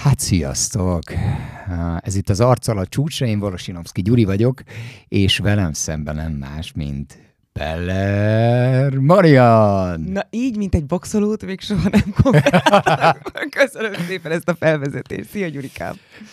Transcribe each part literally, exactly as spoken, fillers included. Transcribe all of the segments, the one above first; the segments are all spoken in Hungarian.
Hát sziasztok! Ez itt az Arc alatt csúcsra, én Volosinovszky Gyuri vagyok, és velem szemben nem más, mint Peller Marian! Na így, mint egy boxolót, még soha nem kommentáltam. Köszönöm szépen ezt a felvezetést. Szia, Gyurikám!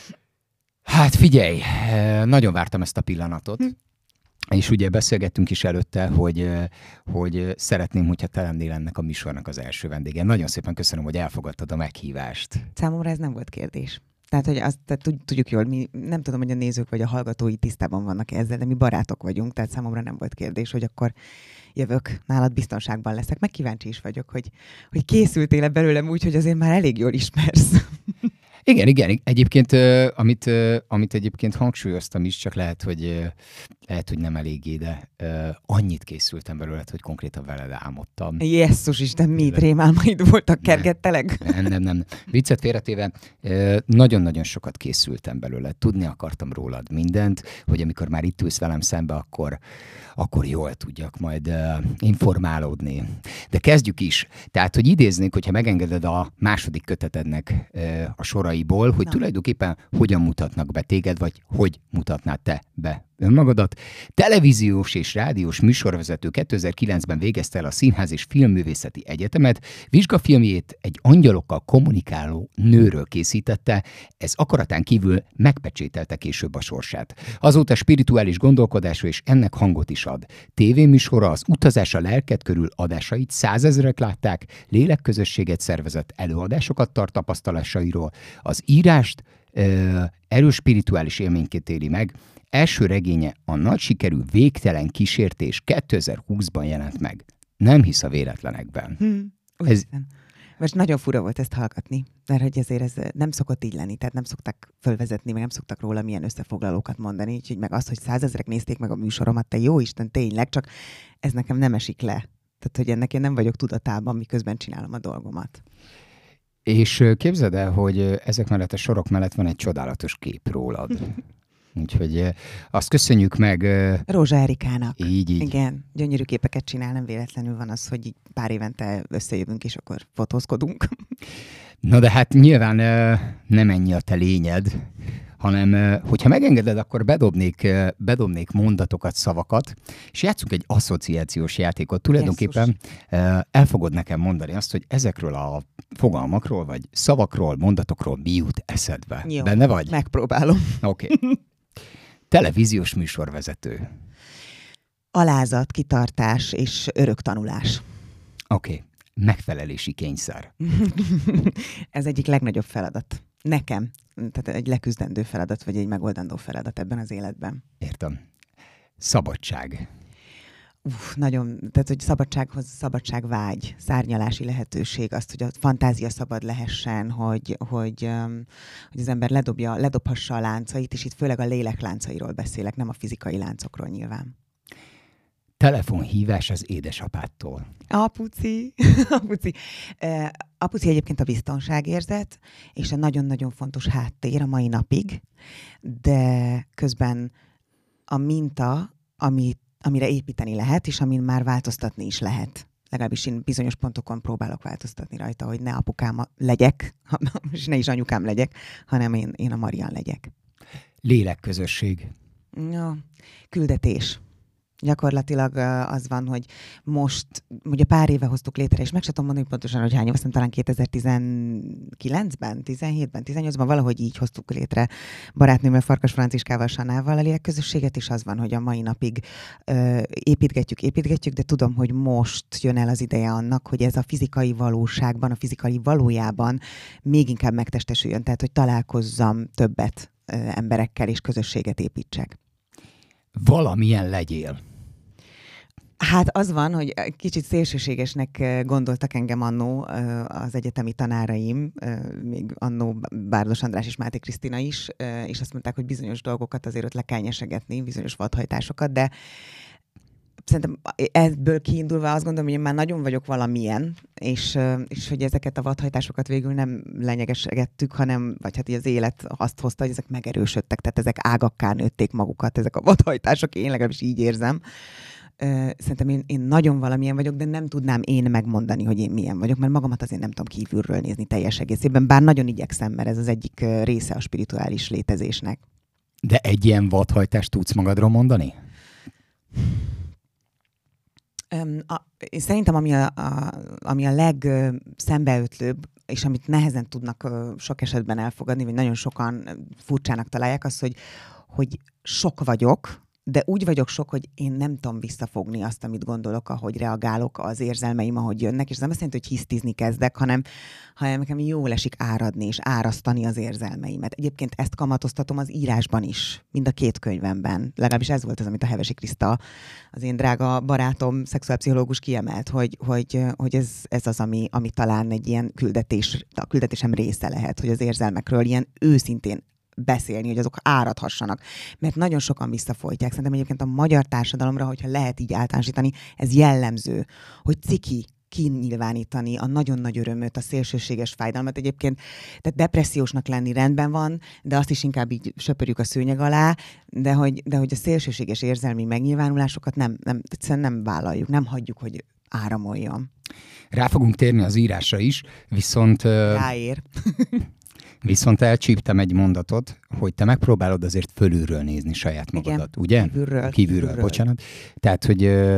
Hát figyelj, nagyon vártam ezt a pillanatot. Hm. És ugye beszélgettünk is előtte, hogy, hogy szeretném, hogyha te lennél ennek a műsornak az első vendége. Nagyon szépen köszönöm, hogy elfogadtad a meghívást. Számomra ez nem volt kérdés. Tehát, hogy azt tehát tudjuk jól, mi nem tudom, hogy a nézők vagy a hallgatói tisztában vannak ezzel, de mi barátok vagyunk, tehát számomra nem volt kérdés, hogy akkor jövök, nálad biztonságban leszek. Meg kíváncsi is vagyok, hogy, hogy készültél-e belőlem úgy, hogy azért már elég jól ismersz. Igen, igen. Egyébként, amit, amit egyébként hangsúlyoztam is, csak lehet, hogy, lehet, hogy nem eléggé, de annyit készültem belőle, hogy konkrétan veled álmodtam. Jesszus Isten, mit rémálmaid voltak, kergettelek? Nem, nem, nem. Viccet félretéve, nagyon-nagyon sokat készültem belőle. Tudni akartam rólad mindent, hogy amikor már itt ülsz velem szembe, akkor, akkor jól tudjak majd informálódni. De kezdjük is. Tehát, hogy idéznék, hogyha megengeded a második kötetednek a soraiból, hogy Na. tulajdonképpen hogyan mutatnak be téged, vagy hogy mutatnád te be önmagadat. Televíziós és rádiós műsorvezető kétezer-kilencben végezte el a Színház és Filmművészeti Egyetemet, vizsgafilmjét egy angyalokkal kommunikáló nőről készítette, ez akaratán kívül megpecsételte később a sorsát. Azóta spirituális gondolkodású és ennek hangot is ad. Tévéműsora az Utazás a lelked körül adásait százezrek látták, lélekközösséget szervezett, előadásokat tart tapasztalásairól, az írást ö, erős spirituális élményként éli meg. Első regénye, a nagy sikerű Végtelen kísértés kétezer-húszban jelent meg. Nem hisz a véletlenekben. Hmm, ez... Most nagyon fura volt ezt hallgatni, mert hogy ezért ez nem szokott így lenni, tehát nem szoktak fölvezetni, meg nem szoktak róla milyen összefoglalókat mondani, úgyhogy meg az, hogy százezrek nézték meg a műsoromat, te jó Isten, tényleg, csak ez nekem nem esik le. Tehát, hogy ennek én nem vagyok tudatában, miközben csinálom a dolgomat. És képzeld el, hogy ezek mellett a sorok mellett van egy csodálatos kép rólad. Úgyhogy azt köszönjük meg... Rózsa Erikának. Így, így. Igen, gyönyörű képeket csinál, nem véletlenül van az, hogy így pár évente összejövünk, és akkor fotózkodunk. Na de hát nyilván nem ennyi a te lényed, hanem hogyha megengeded, akkor bedobnék, bedobnék mondatokat, szavakat, és játszunk egy asszociációs játékot. Tulajdonképpen Jesszus. El fogod nekem mondani azt, hogy ezekről a fogalmakról, vagy szavakról, mondatokról mi jut eszedbe. Jó, benne vagy? Megpróbálom. Oké. Okay. Televíziós műsorvezető. Alázat, kitartás és örök tanulás. Oké. Okay. Megfelelési kényszer. Ez egyik legnagyobb feladat. Nekem. Tehát egy leküzdendő feladat, vagy egy megoldandó feladat ebben az életben. Értem. Szabadság. Uff, nagyon, tehát hogy szabadsághoz szabadságvágy, szárnyalási lehetőség, azt, hogy a fantázia szabad lehessen, hogy, hogy, hogy az ember ledobja, ledobhassa a láncait, és itt főleg a lélek láncairól beszélek, nem a fizikai láncokról nyilván. Telefonhívás az édesapától. Apuci. Apuci. Apuci egyébként a biztonságérzet, és a nagyon-nagyon fontos háttér a mai napig, de közben a minta, amit amire építeni lehet, és amin már változtatni is lehet. Legalábbis én bizonyos pontokon próbálok változtatni rajta, hogy ne apukám legyek, és ne is anyukám legyek, hanem én, én a Marian legyek. Lélekközösség. Ja, küldetés. Gyakorlatilag az van, hogy most, ugye pár éve hoztuk létre, és meg sem tudom mondani pontosan, hogy hány év, azt talán kétezer-tizenkilencben, tizenhétben, tizennyolcban valahogy így hoztuk létre barátnőmmel, Farkas Franciskával, Sanával a lélekközösséget, és az van, hogy a mai napig ö, építgetjük, építgetjük, de tudom, hogy most jön el az ideje annak, hogy ez a fizikai valóságban, a fizikai valójában még inkább megtestesüljön, tehát hogy találkozzam többet ö, emberekkel, és közösséget építsek. Valamilyen legyél. Hát az van, hogy kicsit szélsőségesnek gondoltak engem annó az egyetemi tanáraim, még annó Bárdos András és Máté Krisztina is, és azt mondták, hogy bizonyos dolgokat azért ott le kell nyesegetni, bizonyos vadhajtásokat, de szerintem ebből kiindulva azt gondolom, hogy én már nagyon vagyok valamilyen, és, és hogy ezeket a vadhajtásokat végül nem lenyegesegettük, hanem, vagy hát az élet azt hozta, hogy ezek megerősödtek, tehát ezek ágakká nőtték magukat, ezek a vadhajtások, én legalábbis így érzem. Szerintem én, én nagyon valamilyen vagyok, de nem tudnám én megmondani, hogy én milyen vagyok, mert magamat azért nem tudom kívülről nézni teljes egészében, bár nagyon igyekszem, mert ez az egyik része a spirituális létezésnek. De egy ilyen vadhajtást tudsz magadról mondani? Um, a, szerintem ami a, a, ami a legszembeötlőbb, és amit nehezen tudnak uh, sok esetben elfogadni, vagy nagyon sokan furcsának találják, az, hogy, hogy sok vagyok, de úgy vagyok sok, hogy én nem tudom visszafogni azt, amit gondolok, ahogy reagálok, az érzelmeim, ahogy jönnek, és ez nem azt jelenti, hogy hisztizni kezdek, hanem, hanem nekem jól esik áradni és árasztani az érzelmeimet. Egyébként ezt kamatoztatom az írásban is, mind a két könyvemben. Legalábbis ez volt az, amit a Hevesi Kriszta, az én drága barátom, szexuálpszichológus kiemelt, hogy, hogy, hogy ez, ez az, ami, ami talán egy ilyen küldetés, a küldetésem része lehet, hogy az érzelmekről ilyen őszintén beszélni, hogy azok áradhassanak. Mert nagyon sokan visszafolytják. Szerintem egyébként a magyar társadalomra, hogyha lehet így általánosítani, ez jellemző, hogy ciki kinyilvánítani a nagyon nagy örömöt, a szélsőséges fájdalmat. Egyébként, tehát depressziósnak lenni rendben van, de azt is inkább így söpörjük a szőnyeg alá, de hogy, de hogy a szélsőséges érzelmi megnyilvánulásokat nem, nem, egyszerűen nem vállaljuk, nem hagyjuk, hogy áramoljon. Rá fogunk térni az írásra is, viszont... Ráér. Viszont elcsíptem egy mondatot, hogy te megpróbálod azért fölülről nézni saját magadat, igen, ugye? Kívülről. Kívülről, kívülről, bocsánat. Tehát, hogy ö,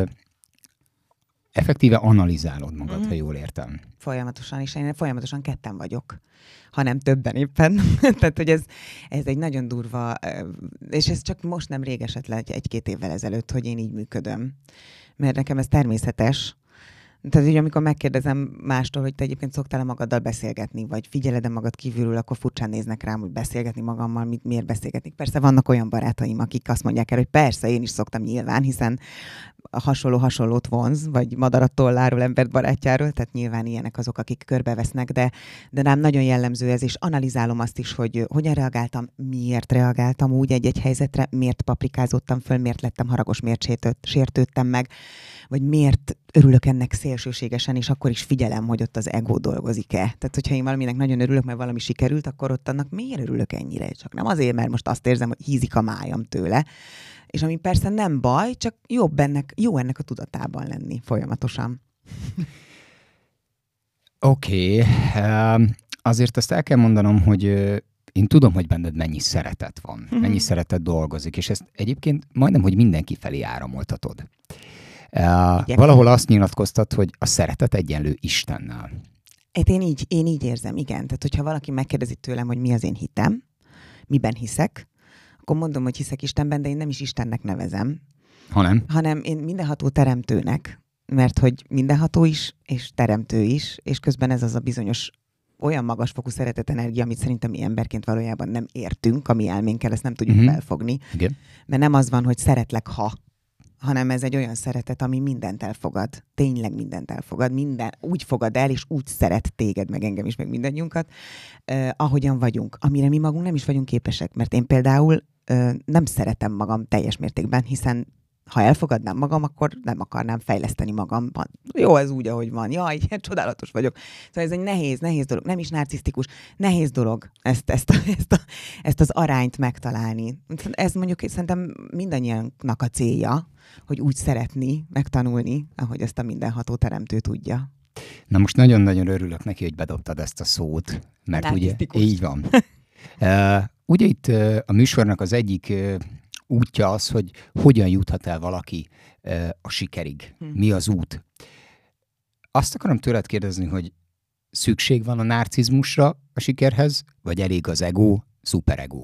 effektíve analizálod magad, mm. ha jól értem. Folyamatosan, és én folyamatosan ketten vagyok, hanem többen éppen. Tehát, hogy ez, ez egy nagyon durva, és ez csak most nem rég esett le egy-két évvel ezelőtt, hogy én így működöm. Mert nekem ez természetes. Tehát, hogy amikor megkérdezem mástól, hogy te egyébként szoktál magaddal beszélgetni, vagy figyeled magad kívülről, akkor furcsán néznek rám, hogy beszélgetni magammal, mit, miért beszélgetni. Persze vannak olyan barátaim, akik azt mondják el, hogy persze, én is szoktam nyilván, hiszen a hasonló hasonlót vonz, vagy madarat tolláról, embert barátjáról, tehát nyilván ilyenek azok, akik körbevesznek, de, de rám nagyon jellemző ez, és analizálom azt is, hogy hogyan reagáltam, miért reagáltam úgy egy-egy helyzetre, miért paprikázottam föl, miért lettem haragos, miért sértőt, sértődtem meg, vagy miért örülök ennek szélsőségesen, és akkor is figyelem, hogy ott az ego dolgozik-e. Tehát, hogyha én valaminek nagyon örülök, mert valami sikerült, akkor ott annak miért örülök ennyire? Csak nem azért, mert most azt érzem, hogy hízik a májam tőle. És ami persze nem baj, csak jobb ennek, jó ennek a tudatában lenni folyamatosan. Oké. Okay. Azért azt el kell mondanom, hogy én tudom, hogy benned mennyi szeretet van, mm-hmm. mennyi szeretet dolgozik, és ezt egyébként majdnem, hogy mindenki felé áramoltatod. Uh, valahol azt nyilatkoztat, hogy a szeretet egyenlő Istennel. Én így, én így érzem, igen. Tehát, hogyha valaki megkérdezi tőlem, hogy mi az én hitem, miben hiszek, akkor mondom, hogy hiszek Istenben, de én nem is Istennek nevezem. Hanem? Hanem én mindenható teremtőnek, mert hogy mindenható is, és teremtő is, és közben ez az a bizonyos olyan magasfokú szeretetenergia, amit szerintem mi emberként valójában nem értünk, a mi elménkkel, ezt nem tudjuk mm-hmm. felfogni. Igen. Mert nem az van, hogy szeretlek, ha, hanem ez egy olyan szeretet, ami mindent elfogad. Tényleg mindent elfogad. Minden, úgy fogad el, és úgy szeret téged, meg engem is, meg mindannyiunkat, eh, ahogyan vagyunk. Amire mi magunk nem is vagyunk képesek. Mert én például eh, nem szeretem magam teljes mértékben, hiszen ha elfogadnám magam, akkor nem akarnám fejleszteni magam. Jó, ez úgy, ahogy van. Jaj, ilyen csodálatos vagyok. Szóval ez egy nehéz, nehéz dolog. Nem is narcisztikus. Nehéz dolog ezt, ezt, ezt, a, ezt az arányt megtalálni. Ez mondjuk szerintem mindannyiunknak a célja, hogy úgy szeretni, megtanulni, ahogy ezt a mindenható teremtő tudja. Na most nagyon-nagyon örülök neki, hogy bedobtad ezt a szót, mert ugye így van. uh, ugye itt uh, a műsornak az egyik uh, útja az, hogy hogyan juthat el valaki uh, a sikerig. Hmm. Mi az út? Azt akarom tőled kérdezni, hogy szükség van a narcizmusra a sikerhez, vagy elég az ego, szuperego?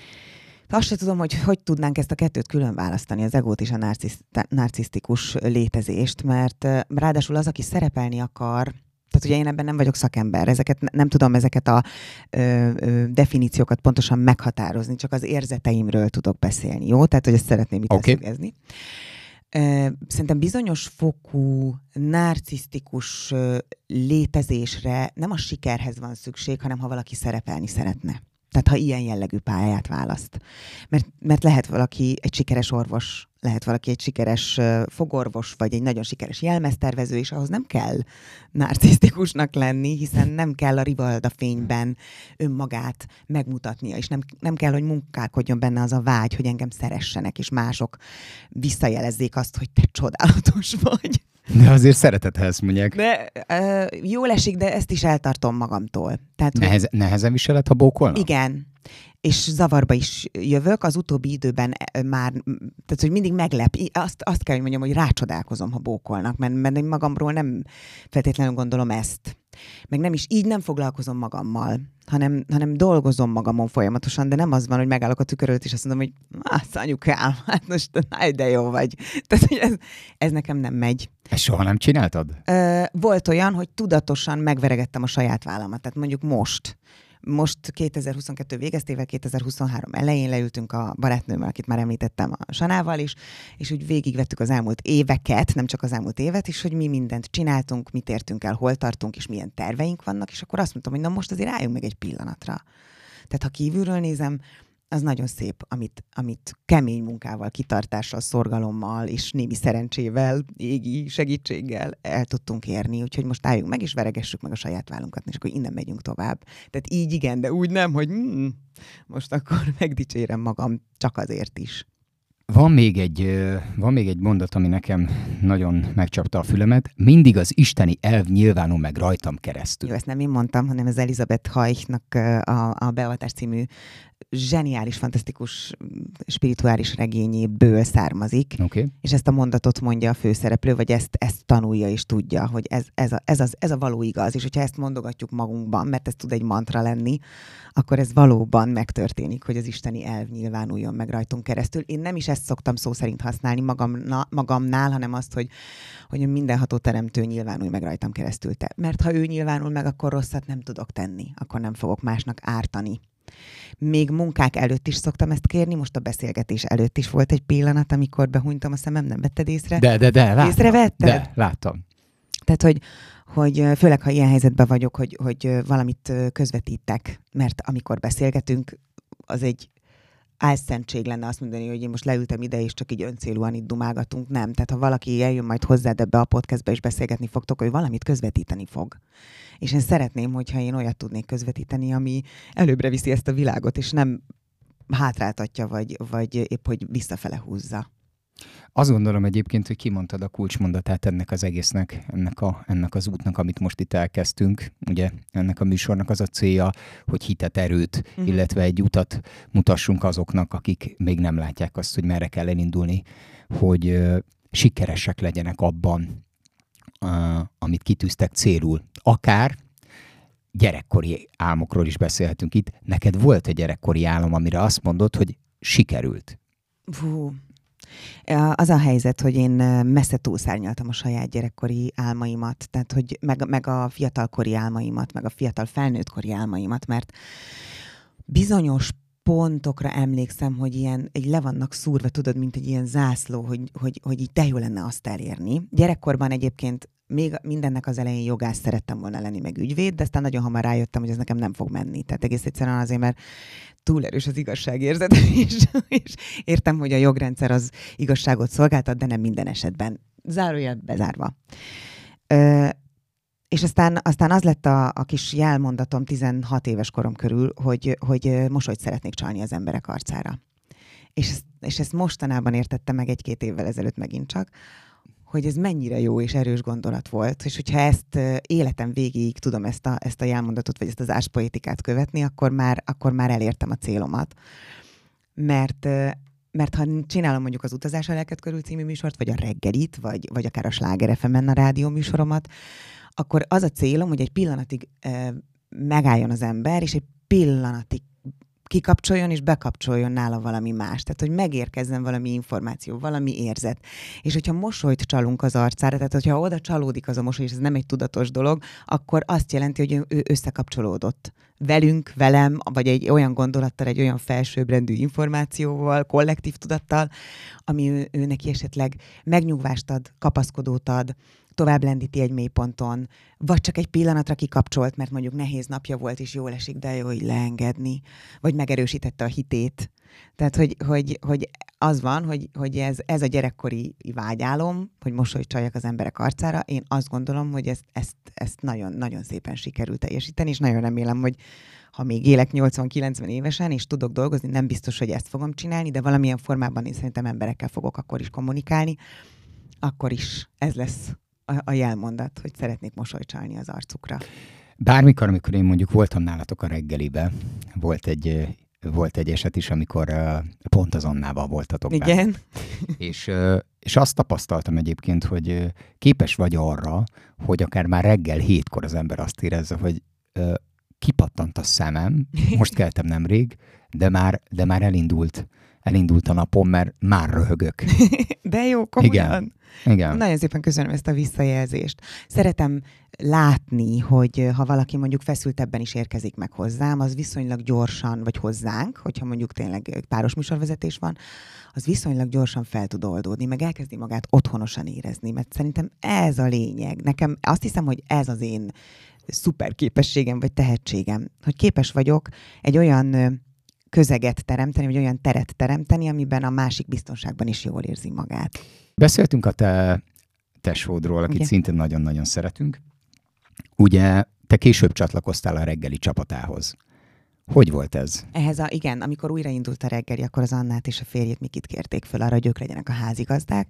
Azt sem tudom, hogy hogy tudnánk ezt a kettőt külön választani, az egót és a narcisztikus létezést, mert ráadásul az, aki szerepelni akar, tehát ugye én ebben nem vagyok szakember, ezeket nem tudom ezeket a ö, ö, definíciókat pontosan meghatározni, csak az érzeteimről tudok beszélni, jó? Tehát, hogy ezt szeretném itt okay. leszögezni. Szerintem bizonyos fokú narcisztikus létezésre nem a sikerhez van szükség, hanem ha valaki szerepelni szeretne. Tehát ha ilyen jellegű pályát választ. Mert, mert lehet valaki egy sikeres orvos, lehet valaki egy sikeres fogorvos, vagy egy nagyon sikeres jelmeztervező, és ahhoz nem kell narcisztikusnak lenni, hiszen nem kell a rivalda fényben önmagát megmutatnia, és nem, nem kell, hogy munkálkodjon benne az a vágy, hogy engem szeressenek, és mások visszajelezzék azt, hogy te csodálatos vagy. De azért szeretethez mondják. De uh, jól esik, de ezt is eltartom magamtól. Tehát, Nehez, hogy... Nehezen viseled, ha bókolnak? Igen. És zavarba is jövök, az utóbbi időben már, tehát hogy mindig meglep, azt, azt kell, hogy mondjam, hogy rácsodálkozom, ha bókolnak, mert, mert én magamról nem feltétlenül gondolom ezt. Meg nem is, így nem foglalkozom magammal, hanem, hanem dolgozom magamon folyamatosan, de nem az van, hogy megállok a tükör előtt, és azt mondom, hogy hát anyukám, hát most de jó vagy. Tehát, hogy ez, ez nekem nem megy. Ezt soha nem csináltad? Ö, volt olyan, hogy tudatosan megveregettem a saját vállamat, tehát mondjuk most. Most kétezer-huszonkettő végeztével, kétezer-huszonhárom elején leültünk a barátnőmmel, akit már említettem, a Sanával is, és úgy végigvettük az elmúlt éveket, nem csak az elmúlt évet is, hogy mi mindent csináltunk, mit értünk el, hol tartunk, és milyen terveink vannak, és akkor azt mondtam, hogy na most azért álljunk meg egy pillanatra. Tehát ha kívülről nézem, az nagyon szép, amit, amit kemény munkával, kitartással, szorgalommal és némi szerencsével, égi segítséggel el tudtunk érni. Úgyhogy most álljunk meg, és veregessük meg a saját vállunkat, és akkor innen megyünk tovább. Tehát így igen, de úgy nem, hogy mm, most akkor megdicsérem magam csak azért is. Van még, egy, van még egy mondat, ami nekem nagyon megcsapta a fülemet. Mindig az isteni elv nyilvánul meg rajtam keresztül. Jó, ezt nem én mondtam, hanem az Elizabeth Hajchnak a, a Beavatás című zseniális, fantasztikus, spirituális regényéből származik. Okay. És ezt a mondatot mondja a főszereplő, vagy ezt, ezt tanulja és tudja, hogy ez, ez, a, ez, az, ez a való igaz. És hogyha ezt mondogatjuk magunkban, mert ez tud egy mantra lenni, akkor ez valóban megtörténik, hogy az isteni elv nyilvánuljon meg rajtunk keresztül. Én nem is ezt szoktam szó szerint használni magamna, magamnál, hanem azt, hogy, hogy a mindenható teremtő nyilvánulj meg rajtam keresztül te. Mert ha ő nyilvánul meg, akkor rosszat nem tudok tenni, akkor nem fogok másnak ártani. Még munkák előtt is szoktam ezt kérni, most a beszélgetés előtt is volt egy pillanat, amikor behunytam a szemem, nem vetted észre? De, de, de, láttam. Észrevetted? De, láttam. Tehát, hogy, hogy főleg, ha ilyen helyzetben vagyok, hogy, hogy valamit közvetítek, mert amikor beszélgetünk, az egy álszentség lenne azt mondani, hogy én most leültem ide, és csak így öncélúan itt dumálgatunk. Nem. Tehát, ha valaki eljön majd hozzád ebbe a podcastbe, és beszélgetni fogtok, hogy valamit közvetíteni fog. És én szeretném, hogyha én olyat tudnék közvetíteni, ami előbbre viszi ezt a világot, és nem hátráltatja, vagy, vagy épp, hogy visszafele húzza. Azt gondolom egyébként, hogy kimondtad a kulcsmondatát ennek az egésznek, ennek, a, ennek az útnak, amit most itt elkezdtünk. Ugye ennek a műsornak az a célja, hogy hitet, erőt, uh-huh. illetve egy utat mutassunk azoknak, akik még nem látják azt, hogy merre kell elindulni, hogy uh, sikeresek legyenek abban, uh, amit kitűztek célul. Akár gyerekkori álmokról is beszélhetünk itt. Neked volt egy gyerekkori álom, amire azt mondod, hogy sikerült? Hú. Az a helyzet, hogy én messze túlszárnyaltam a saját gyerekkori álmaimat, tehát hogy meg, meg a fiatalkori álmaimat, meg a fiatal felnőttkori álmaimat, mert bizonyos pontokra emlékszem, hogy ilyen, egy le vannak szúrva, tudod, mint egy ilyen zászló, hogy, hogy, hogy így de jó lenne azt elérni. Gyerekkorban egyébként még mindennek az elején jogász szerettem volna lenni, meg ügyvéd, de aztán nagyon hamar rájöttem, hogy ez nekem nem fog menni. Tehát egész egyszerűen azért, mert túl erős az igazságérzet, és, és értem, hogy a jogrendszer az igazságot szolgáltat, de nem minden esetben. Zárójel bezárva. Ö, és aztán, aztán az lett a, a kis jelmondatom tizenhat éves korom körül, hogy, hogy mosolyt szeretnék csalni az emberek arcára. És, és ezt mostanában értettem meg egy-két évvel ezelőtt megint csak, hogy ez mennyire jó és erős gondolat volt, és hogyha ezt életem végéig tudom ezt a, ezt a jelmondatot, vagy ezt az árspoetikát követni, akkor már, akkor már elértem a célomat. Mert, mert ha csinálom mondjuk az Utazás a lelked körül című műsort, vagy a reggelit, vagy, vagy akár a Sláger ef emen a rádió műsoromat, akkor az a célom, hogy egy pillanatig e, megálljon az ember, és egy pillanatig kikapcsoljon és bekapcsoljon nála valami más. Tehát, hogy megérkezzen valami információ, valami érzet. És hogyha mosolyt csalunk az arcára, tehát hogyha oda csalódik az a mosoly, és ez nem egy tudatos dolog, akkor azt jelenti, hogy ő összekapcsolódott. Velünk, velem, vagy egy olyan gondolattal, egy olyan felsőbbrendű információval, kollektív tudattal, ami ő, ő neki esetleg megnyugvást ad, kapaszkodót ad, tovább lendíti egy mélyponton, vagy csak egy pillanatra kikapcsolt, mert mondjuk nehéz napja volt, és jól esik, de jó, hogy leengedni, vagy megerősítette a hitét. Tehát, hogy, hogy, hogy az van, hogy, hogy ez, ez a gyerekkori vágyálom, hogy mosolyt csaljak az emberek arcára, én azt gondolom, hogy ezt, ezt, ezt nagyon, nagyon szépen sikerült teljesíteni, és nagyon remélem, hogy ha még élek nyolcvan-kilencven évesen, és tudok dolgozni, nem biztos, hogy ezt fogom csinálni, de valamilyen formában én szerintem emberekkel fogok akkor is kommunikálni, akkor is ez lesz a, a jelmondat, hogy szeretnék mosolyt csalni az arcukra. Bármikor, amikor én mondjuk voltam nálatok a reggelibe, volt egy, volt egy eset is, amikor uh, pont az Annával voltatok be. Igen. És, uh, és azt tapasztaltam egyébként, hogy uh, képes vagy arra, hogy akár már reggel hétkor az ember azt érezze, hogy uh, kipattant a szemem, most keltem nemrég, de már, de már elindult, elindult a napom, mert már röhögök. De jó, komolyan. Igen. Igen. Nagyon szépen köszönöm ezt a visszajelzést. Szeretem látni, hogy ha valaki mondjuk feszültebben is érkezik meg hozzám, az viszonylag gyorsan, vagy hozzánk, hogyha mondjuk tényleg páros műsorvezetés van, az viszonylag gyorsan fel tud oldódni, meg elkezdi magát otthonosan érezni, mert szerintem ez a lényeg. Nekem azt hiszem, hogy ez az én szuper képességem, vagy tehetségem, hogy képes vagyok egy olyan közeget teremteni, vagy olyan teret teremteni, amiben a másik biztonságban is jól érzi magát. Beszéltünk a te tesódról, akit Igen. szintén nagyon-nagyon szeretünk. Ugye te később csatlakoztál a reggeli csapatához. Hogy volt ez? Ehhez a, igen, amikor újraindult a reggeli, akkor az Annát és a férjét Mikit kérték föl arra, hogy ők legyenek a házigazdák.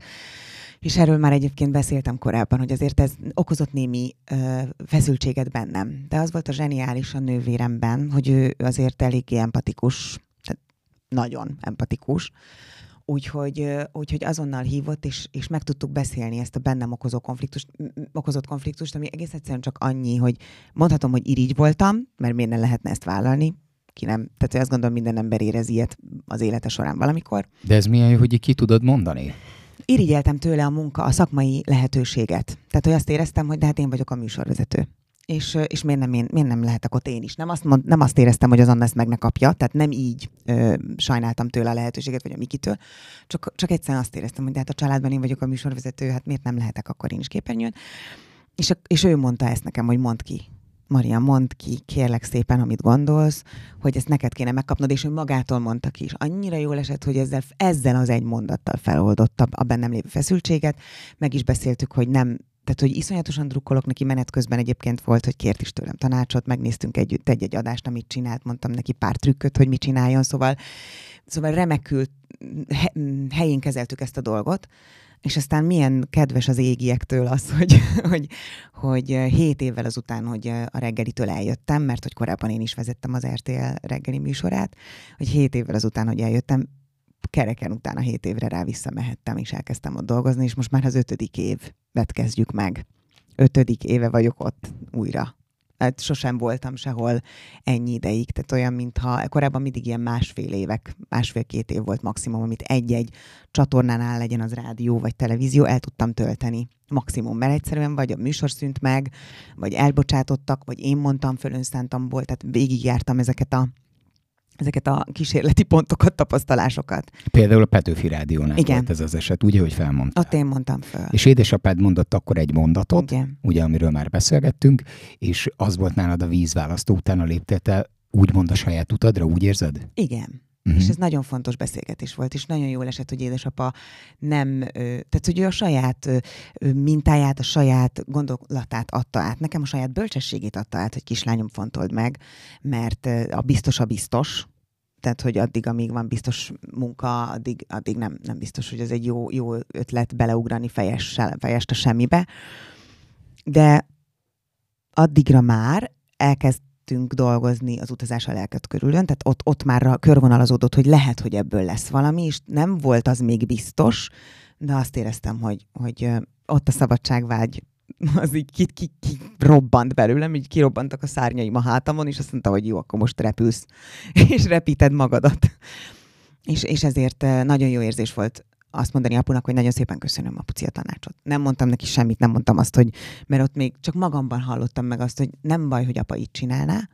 És erről már egyébként beszéltem korábban, hogy azért ez okozott némi ö, feszültséget bennem. De az volt a zseniális a nővéremben, hogy ő azért eléggé empatikus, tehát nagyon empatikus. Úgyhogy, úgyhogy azonnal hívott, és, és meg tudtuk beszélni ezt a bennem okozó konfliktust, okozott konfliktust, ami egész egyszerűen csak annyi, hogy mondhatom, hogy irigy voltam, mert miért ne lehetne ezt vállalni. Ki nem, tehát azt gondolom, minden ember érez ilyet az élete során valamikor. De ez milyen jó, hogy ki tudod mondani? Irigyeltem tőle a munka, a szakmai lehetőséget. Tehát, hogy azt éreztem, hogy de hát én vagyok a műsorvezető. És, és miért, nem én, miért nem lehetek ott én is? Nem azt, mond, nem azt éreztem, hogy az Anna ezt meg ne kapja, tehát nem így ö, sajnáltam tőle a lehetőséget, vagy a Mikitől, csak, csak egyszerűen azt éreztem, hogy de hát a családban én vagyok a műsorvezető, hát miért nem lehetek akkor én is képernyőn. És, és ő mondta ezt nekem, hogy mondd ki. Maria, mondd ki, kérlek szépen, amit gondolsz, hogy ezt neked kéne megkapnod, és ő magától mondta ki is. Annyira jól esett, hogy ezzel, ezzel az egy mondattal feloldotta a bennem lévő feszültséget. Meg is beszéltük, hogy nem, tehát, hogy iszonyatosan drukkolok neki, menet közben egyébként volt, hogy kért is tőlem tanácsot, megnéztünk együtt egy-egy adást, amit csinált, mondtam neki pár trükköt, hogy mit csináljon, szóval, szóval remekül he, helyén kezeltük ezt a dolgot. És aztán milyen kedves az égiektől az, hogy, hogy, hogy hét évvel azután, hogy a reggelitől eljöttem, mert hogy korábban én is vezettem az er té el reggeli műsorát, hogy hét évvel azután, hogy eljöttem, kereken utána hét évre rá visszamehettem, és elkezdtem ott dolgozni, és most már az ötödik évet kezdjük meg. Ötödik éve vagyok ott újra. Hát sosem voltam sehol ennyi ideig, tehát olyan, mintha korábban mindig ilyen másfél évek, másfél-két év volt maximum, amit egy-egy csatornánál, legyen az rádió vagy televízió, el tudtam tölteni. Maximum, mert egyszerűen vagy a műsor szűnt meg, vagy elbocsátottak, vagy én mondtam föl önszántamból, tehát végigjártam ezeket a ezeket a kísérleti pontokat, tapasztalásokat. Például a Petőfi Rádiónál Igen. volt ez az eset, ugye, hogy felmondtál. Ott én mondtam föl. És édesapád mondott akkor egy mondatot, Igen. ugye, amiről már beszélgettünk, és az volt nálad a vízválasztó, utána léptél te úgymond a saját utadra, úgy érzed? Igen. Uh-huh. És ez nagyon fontos beszélgetés volt, és nagyon jól esett, hogy édesapa nem, tehát hogy ő a saját mintáját, a saját gondolatát adta át. Nekem a saját bölcsességét adta át, hogy kislányom, fontold meg, mert a biztos a biztos, tehát hogy addig, amíg van biztos munka, addig, addig nem, nem biztos, hogy ez egy jó, jó ötlet beleugrani fejessel, fejest a semmibe. De addigra már elkezd dolgozni az utazás a lelket körülön, tehát ott, ott már körvonalazódott, hogy lehet, hogy ebből lesz valami, és nem volt az még biztos, de azt éreztem, hogy, hogy ott a szabadságvágy az így ki, ki, ki robbant belőlem, így kirobbantak a szárnyaim a hátamon, és azt mondta, hogy jó, akkor most repülsz, és repíted magadat. És, és ezért nagyon jó érzés volt azt mondani apunak, hogy nagyon szépen köszönöm, apuci, a tanácsot. Nem mondtam neki semmit, nem mondtam azt, hogy, mert ott még csak magamban hallottam meg azt, hogy nem baj, hogy apa így csinálná,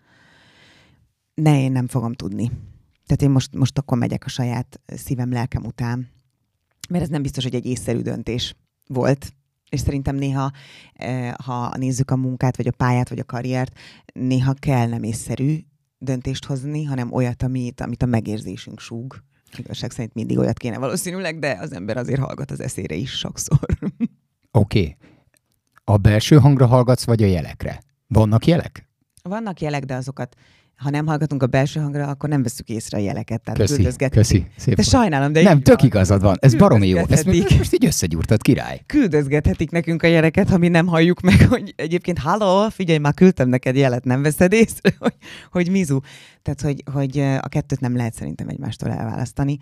de én nem fogom tudni. Tehát én most, most akkor megyek a saját szívem, lelkem után, mert ez nem biztos, hogy egy észszerű döntés volt, És szerintem néha, ha nézzük a munkát, vagy a pályát, vagy a karriert, néha kell nem észszerű döntést hozni, hanem olyat, amit, amit a megérzésünk súg. Igazság szerint mindig olyat kéne valószínűleg, de az ember azért hallgat az eszére is sokszor. Oké. Okay. A belső hangra hallgatsz, vagy a jelekre? Vannak jelek? Vannak jelek, de azokat, ha nem hallgatunk a belső hangra, akkor nem veszük észre a jeleket. Tehát köszi, köszi. Szép de volt. sajnálom, de nem, tök igazad van. Ez baromi jó. Ezt Küldözgethetik. most így összegyúrtad, király. Küldözgethetik nekünk a jeleket, ha mi nem halljuk meg, hogy egyébként halló, figyelj, már küldtem neked jelet, nem veszed észre, hogy, hogy mizu. Tehát, hogy, hogy a kettőt nem lehet szerintem egymástól elválasztani.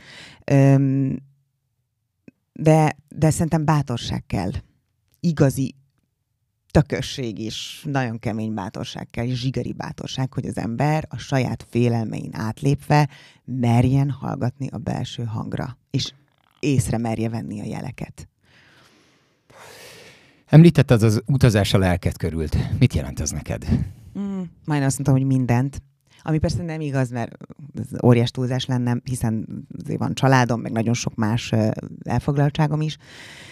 De, de szerintem bátorság kell. Igazi tökösség is, nagyon kemény bátorság kell, és zsigeri bátorság, hogy az ember a saját félelmein átlépve merjen hallgatni a belső hangra, és észre merje venni a jeleket. Említetted az utazás a lelked körült. Mit jelent ez neked? Mm, majd azt mondtam, hogy mindent. Ami persze nem igaz, mert ez óriás túlzás lenne, hiszen azért van családom, meg nagyon sok más elfoglaltságom is.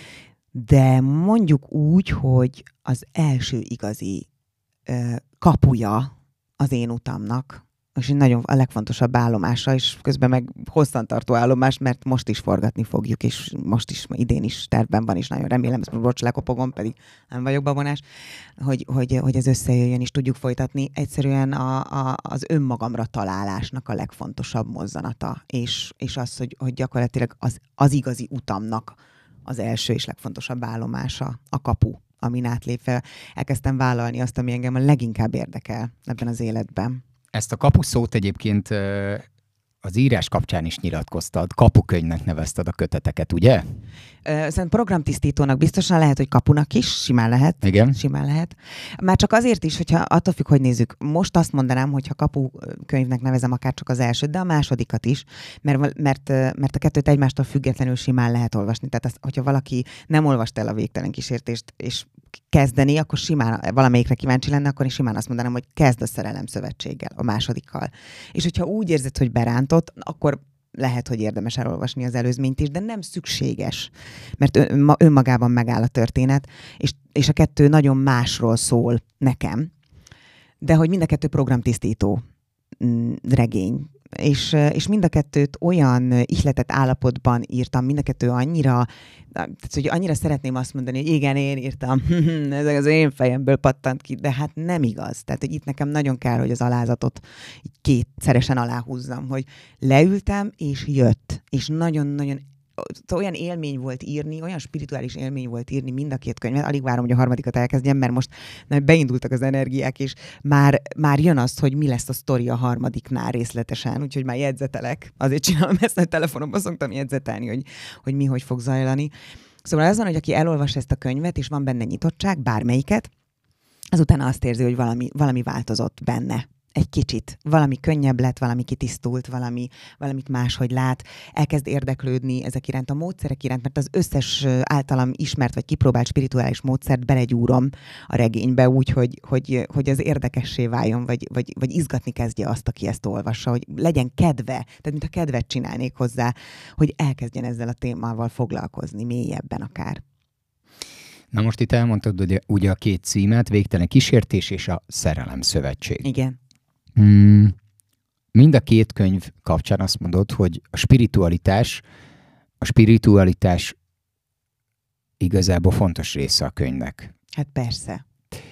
De mondjuk úgy, hogy az első igazi ö, kapuja az én utamnak, és nagyon a legfontosabb állomása, és közben meg hosszantartó állomás, mert most is forgatni fogjuk, és most is, idén is tervben van, és nagyon remélem, ezt most bocs, lekopogom, pedig nem vagyok babonás, hogy, hogy, hogy ez összejöjjön, és tudjuk folytatni. Egyszerűen a, a, az önmagamra találásnak a legfontosabb mozzanata, és, és az, hogy, hogy gyakorlatilag az, az igazi utamnak az első és legfontosabb állomása, a kapu, amin átlépve elkezdtem vállalni azt, ami engem a leginkább érdekel ebben az életben. Ezt a kapuszót egyébként az írás kapcsán is nyilatkoztad. Kapukönyvnek nevezted a köteteket, ugye? Szerintem programtisztítónak biztosan lehet, hogy kapunak is, simán lehet. Igen. Simán lehet. Már csak azért is, hogyha attól függ, hogy nézzük. Most azt mondanám, hogy ha kapukönyvnek nevezem akár csak az elsőt, de a másodikat is, mert, mert, mert a kettőt egymástól függetlenül simán lehet olvasni. Tehát az, hogyha valaki nem olvast el a Végtelen kísértést, és kezdeni, akkor simán valamelyikre kíváncsi lenne, akkor is simán azt mondanám, hogy kezd a Szerelem szövetséggel, a másodikkal. És hogyha úgy érzed, hogy berántott, akkor lehet, hogy érdemes elolvasni az előzményt is, de nem szükséges, mert önmagában megáll a történet, és, és a kettő nagyon másról szól nekem, de hogy mind a kettő programtisztító regény. És, és mind a kettőt olyan ihletett állapotban írtam, mind a kettő annyira, tehát, hogy annyira szeretném azt mondani, hogy igen, én írtam, ez az én fejemből pattant ki, de hát nem igaz. Tehát, hogy itt nekem nagyon kell, hogy az alázatot így kétszeresen aláhúzzam, hogy leültem, és jött. És nagyon-nagyon olyan élmény volt írni, olyan spirituális élmény volt írni mind a két könyvet. Alig várom, hogy a harmadikat elkezdjem, mert most beindultak az energiák, és már, már jön az, hogy mi lesz a sztori a harmadiknál részletesen, úgyhogy már jegyzetelek. Azért csinálom ezt, hogy telefonomban szoktam jegyzetelni, hogy, hogy mi hogy fog zajlani. Szóval az van, hogy aki elolvas ezt a könyvet, és van benne nyitottság, bármelyiket, azután azt érzi, hogy valami, valami változott benne. Egy kicsit. Valami könnyebb lett, valami kitisztult, valami, valamit máshogy lát, elkezd érdeklődni ezek iránt, a módszerek iránt, mert az összes általam ismert vagy kipróbált spirituális módszert belegyúrom a regénybe úgy, hogy, hogy, hogy az érdekessé váljon, vagy, vagy, vagy izgatni kezdje azt, aki ezt olvassa, hogy legyen kedve, tehát mint a kedvet csinálnék hozzá, hogy elkezdjen ezzel a témával foglalkozni mélyebben akár. Na most itt elmondtad ugye, ugye a két címet, Végtelen kísértés és a Szerelem szövetség. Igen. Hmm, mind a két könyv kapcsán azt mondod, hogy a spiritualitás, a spiritualitás igazából fontos része a könyvnek. Hát persze.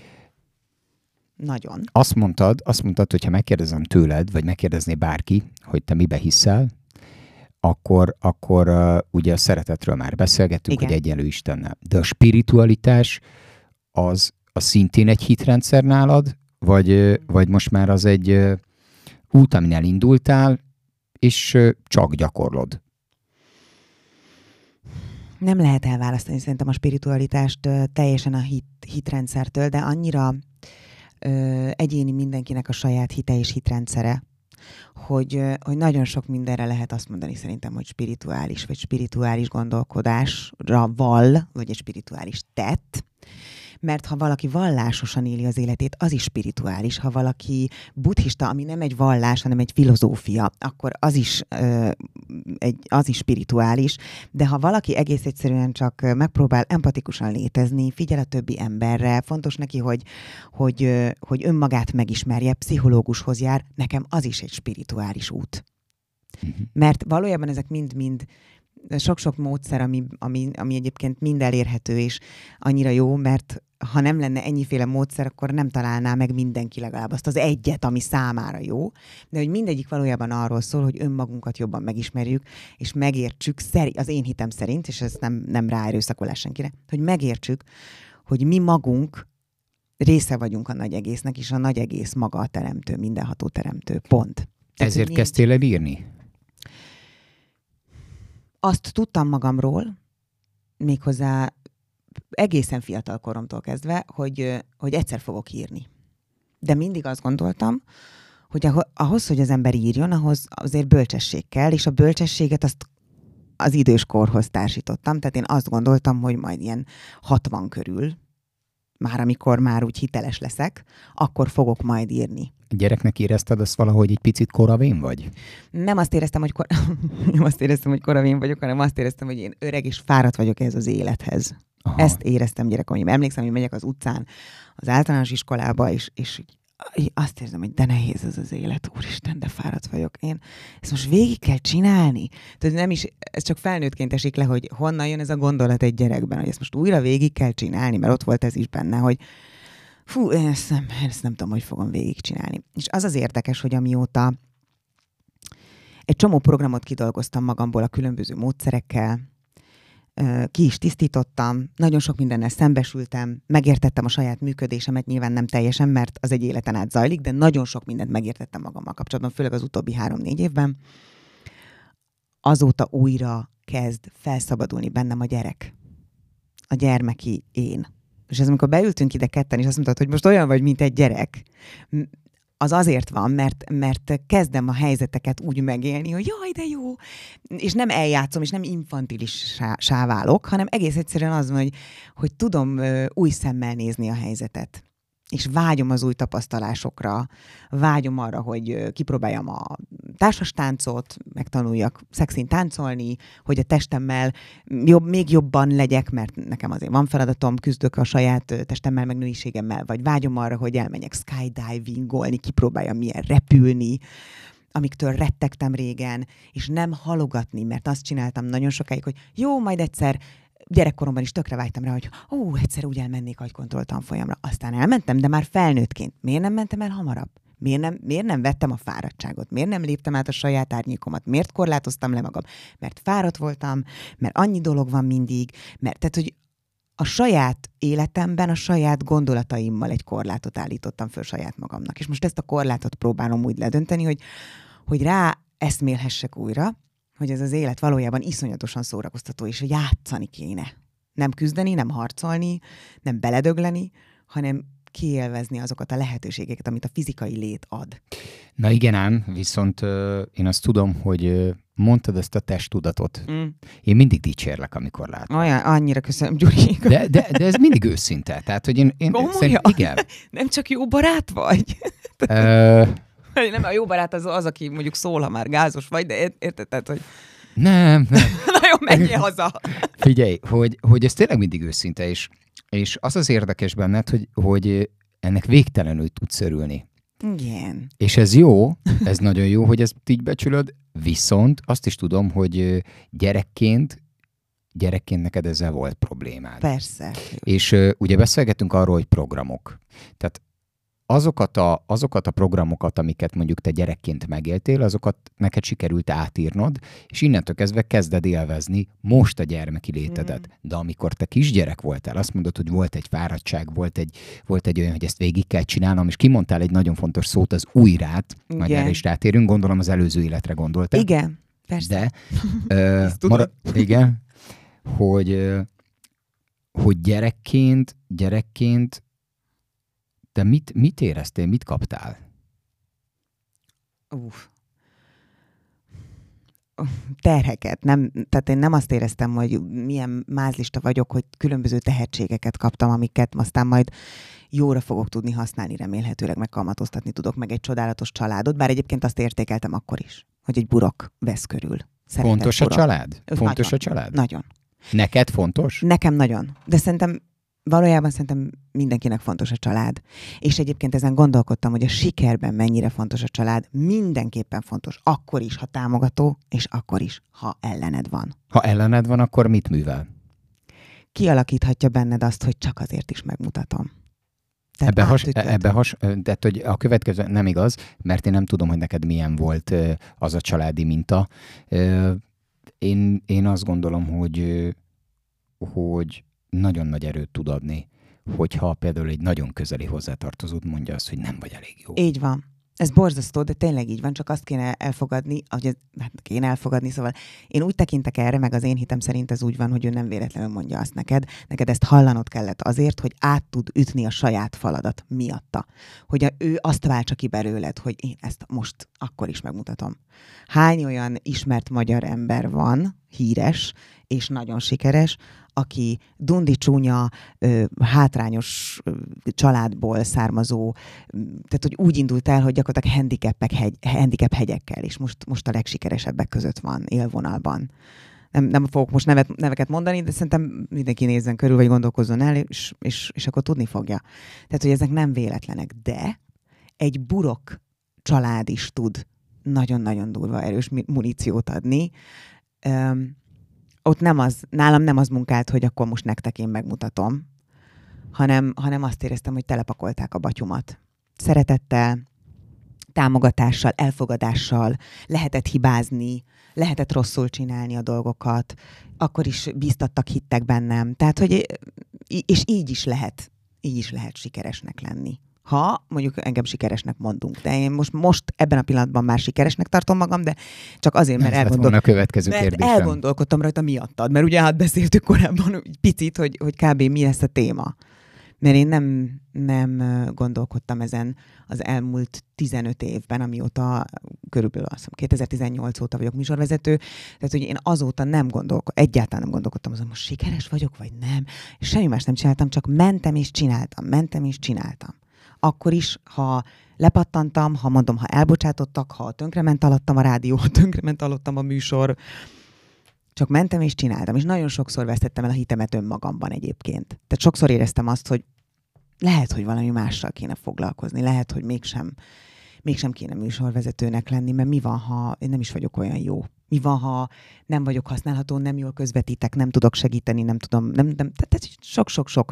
Nagyon. Azt mondtad, azt mondtad, hogy ha megkérdezem tőled, vagy megkérdezné bárki, hogy te mibe hiszel, akkor, akkor uh, ugye a szeretetről már beszélgettünk, igen, hogy egyenlő Istennel. De a spiritualitás az, az szintén egy hitrendszer nálad, vagy, vagy most már az egy út, amin elindultál, és csak gyakorlod? Nem lehet elválasztani szerintem a spiritualitást teljesen a hit, hitrendszertől, de annyira ö, egyéni mindenkinek a saját hite és hitrendszere, hogy, hogy nagyon sok mindenre lehet azt mondani szerintem, hogy spirituális, vagy spirituális gondolkodásra val, vagy egy spirituális tett. Mert ha valaki vallásosan éli az életét, az is spirituális. Ha valaki buddhista, ami nem egy vallás, hanem egy filozófia, akkor az is, ö, egy, az is spirituális. De ha valaki egész egyszerűen csak megpróbál empatikusan létezni, figyel a többi emberre, fontos neki, hogy, hogy, ö, hogy önmagát megismerje, pszichológushoz jár, nekem az is egy spirituális út. Mert valójában ezek mind-mind sok-sok módszer, ami, ami, ami egyébként mind elérhető, és annyira jó, mert ha nem lenne ennyiféle módszer, akkor nem találná meg mindenki legalább azt az egyet, ami számára jó. De hogy mindegyik valójában arról szól, hogy önmagunkat jobban megismerjük, és megértsük, az én hitem szerint, és ez nem, nem ráerőszakolás senkire, hogy megértsük, hogy mi magunk része vagyunk a nagy egésznek, és a nagy egész maga a teremtő, mindenható teremtő. Pont. Ezért kezdtél el írni? Azt tudtam magamról, méghozzá egészen fiatal koromtól kezdve, hogy, hogy egyszer fogok írni. De mindig azt gondoltam, hogy ahhoz, hogy az ember írjon, ahhoz azért bölcsesség kell, és a bölcsességet azt az időskorhoz társítottam. Tehát én azt gondoltam, hogy majd ilyen hatvan körül, már amikor már úgy hiteles leszek, akkor fogok majd írni. Gyereknek érezted azt valahogy egy picit koravén vagy? Nem azt éreztem, hogy, kor... nem azt éreztem, hogy koravén vagyok, hanem azt éreztem, hogy én öreg és fáradt vagyok ez az élethez. Aha. Ezt éreztem gyerekkoromban. Emlékszem, hogy megyek az utcán, az általános iskolába, és, és azt érzem, hogy de nehéz ez az élet, úristen, de fáradt vagyok. Én ezt most végig kell csinálni. Tehát nem is, ez csak felnőttként esik le, hogy honnan jön ez a gondolat egy gyerekben, hogy ezt most újra végig kell csinálni, mert ott volt ez is benne, hogy fú, én ezt nem, ezt nem tudom, hogy fogom végigcsinálni. És az az érdekes, hogy amióta egy csomó programot kidolgoztam magamból a különböző módszerekkel, ki is tisztítottam, nagyon sok mindennel szembesültem, megértettem a saját működésemet, nyilván nem teljesen, mert az egy életen át zajlik, de nagyon sok mindent megértettem magammal kapcsolatban, főleg az utóbbi három-négy évben. Azóta újra kezd felszabadulni bennem a gyerek. A gyermeki én. És ez amikor beültünk ide ketten, és azt mondtad, hogy most olyan vagy, mint egy gyerek, az azért van, mert, mert kezdem a helyzeteket úgy megélni, hogy jaj, de jó, és nem eljátszom, és nem infantilissá válok, hanem egész egyszerűen az van, hogy, hogy tudom új szemmel nézni a helyzetet. És vágyom az új tapasztalásokra, vágyom arra, hogy kipróbáljam a társastáncot, megtanuljak szexin táncolni, hogy a testemmel jobb, még jobban legyek, mert nekem azért van feladatom, küzdök a saját testemmel, meg nőiségemmel, vagy vágyom arra, hogy elmenjek skydivingolni, kipróbáljam milyen repülni, amiktől rettegtem régen, és nem halogatni, mert azt csináltam nagyon sokáig, hogy jó, majd egyszer gyerekkoromban is tökre vágytam rá, hogy ó, egyszer úgy elmennék agykontroll tanfolyamra. Aztán elmentem, de már felnőttként. Miért nem mentem el hamarabb? Miért nem, miért nem vettem a fáradtságot? Miért nem léptem át a saját árnyékomat? Miért korlátoztam le magam? Mert fáradt voltam, mert annyi dolog van mindig, mert tehát, hogy a saját életemben, a saját gondolataimmal egy korlátot állítottam föl saját magamnak. És most ezt a korlátot próbálom úgy ledönteni, hogy, hogy rá eszmélhessek újra, hogy ez az élet valójában iszonyatosan szórakoztató, és hogy játszani kéne. Nem küzdeni, nem harcolni, nem beledögleni, hanem kiélvezni azokat a lehetőségeket, amit a fizikai lét ad. Na igen ám, viszont uh, én azt tudom, hogy uh, mondtad ezt a testtudatot. Mm. Én mindig dicsérlek, amikor látom. Olyan, annyira köszönöm, Gyuri. De, de, de ez mindig őszinte. Tehát, hogy én, én szerint, igen. Nem csak jó barát vagy? Uh, nem, a jó barát az, az, aki mondjuk szól, ha már gázos vagy, de érted, tehát, hogy... Nem, nem. Na jó, menjél haza. Figyelj, hogy, hogy ez tényleg mindig őszinte, és, és az az érdekes benned, hogy, hogy ennek végtelenül tudsz örülni. Igen. És ez jó, ez nagyon jó, hogy ezt így becsülöd, viszont azt is tudom, hogy gyerekként, gyerekként neked ezzel volt problémád. Persze. És uh, ugye beszélgetünk arról, hogy programok. Tehát azokat a, azokat a programokat, amiket mondjuk te gyerekként megéltél, azokat neked sikerült átírnod, és innentől kezdve kezded élvezni most a gyermeki létedet. Mm. De amikor te kisgyerek voltál, azt mondod, hogy volt egy fáradtság, volt egy, volt egy olyan, hogy ezt végig kell csinálnom, és kimondtál egy nagyon fontos szót, az újrát, majd erre is rátérünk, gondolom az előző életre gondoltál. Igen, persze. De, ö, marad, igen, hogy, hogy gyerekként, gyerekként de mit, mit éreztél, mit kaptál? Uff. terheket. Nem, tehát én nem azt éreztem, hogy milyen mázlista vagyok, hogy különböző tehetségeket kaptam, amiket aztán majd jóra fogok tudni használni, remélhetőleg megkamatoztatni tudok meg egy csodálatos családot, bár egyébként azt értékeltem akkor is, hogy egy burok vesz körül. Szeretett fontos burok. A család? Fontos nagyon, a család? Nagyon. Neked fontos? Nekem nagyon. De szerintem valójában szerintem mindenkinek fontos a család. És egyébként ezen gondolkodtam, hogy a sikerben mennyire fontos a család. Mindenképpen fontos. Akkor is, ha támogató, és akkor is, ha ellened van. Ha ellened van, akkor mit művel? Kialakíthatja benned azt, hogy csak azért is megmutatom. Ebbe, has, ebbe has, tehát, hogy a következő nem igaz, mert én nem tudom, hogy neked milyen volt az a családi minta. Én, én azt gondolom, hogy, hogy nagyon nagy erőt tud adni, hogyha például egy nagyon közeli hozzátartozód mondja azt, hogy nem vagy elég jó. Így van. Ez borzasztó, de tényleg így van, csak azt kéne elfogadni, ahogy ez, hát kéne elfogadni, szóval én úgy tekintek erre, meg az én hitem szerint ez úgy van, hogy ő nem véletlenül mondja azt neked. Neked ezt hallanod kellett azért, hogy át tud ütni a saját faladat miatta. Hogy a, ő azt váltsa ki belőled, hogy én ezt most akkor is megmutatom. Hány olyan ismert magyar ember van, híres, és nagyon sikeres, aki dundi csúnya, ö, hátrányos ö, családból származó, tehát hogy úgy indult el, hogy gyakorlatilag handicapek, hegy, handicap hegyekkel, és most, most a legsikeresebbek között van élvonalban. Nem, nem fogok most nevet, neveket mondani, de szerintem mindenki nézzen körül, vagy gondolkozzon el, és, és, és akkor tudni fogja. Tehát, hogy ezek nem véletlenek, de egy burok család is tud nagyon-nagyon durva erős muníciót adni. Üm, ott nem az, nálam nem az munkált, hogy akkor most nektek én megmutatom, hanem, hanem azt éreztem, hogy telepakolták a batyumat. Szeretettel, támogatással, elfogadással, lehetett hibázni, lehetett rosszul csinálni a dolgokat, akkor is bíztattak, hittek bennem. Tehát, hogy és így is lehet, így is lehet sikeresnek lenni. Ha mondjuk engem sikeresnek mondunk, de én most, most ebben a pillanatban már sikeresnek tartom magam, de csak azért, mert, elgondol... a következő mert elgondolkodtam rajta miattad, mert ugye hát beszéltük korábban egy picit, hogy, hogy kb. Mi lesz a téma. Mert én nem, nem gondolkodtam ezen az elmúlt tizenöt évben, amióta körülbelül azt hiszem kétezer-tizennyolc óta vagyok műsorvezető, tehát hogy én azóta nem gondolkodtam, egyáltalán nem gondolkodtam azon, most sikeres vagyok, vagy nem. És semmi más nem csináltam, csak mentem és csináltam, mentem és csináltam. Akkor is, ha lepattantam, ha mondom, ha elbocsátottak, ha tönkrement alattam a rádió, ha tönkrement alattam a műsor, csak mentem és csináltam, és nagyon sokszor vesztettem el a hitemet önmagamban egyébként. Tehát sokszor éreztem azt, hogy lehet, hogy valami mással kéne foglalkozni, lehet, hogy mégsem, mégsem kéne műsorvezetőnek lenni, mert mi van, ha én nem is vagyok olyan jó? Mi van, ha nem vagyok használható, nem jól közvetítek, nem tudok segíteni, nem tudom, nem, nem, tehát sok-sok-sok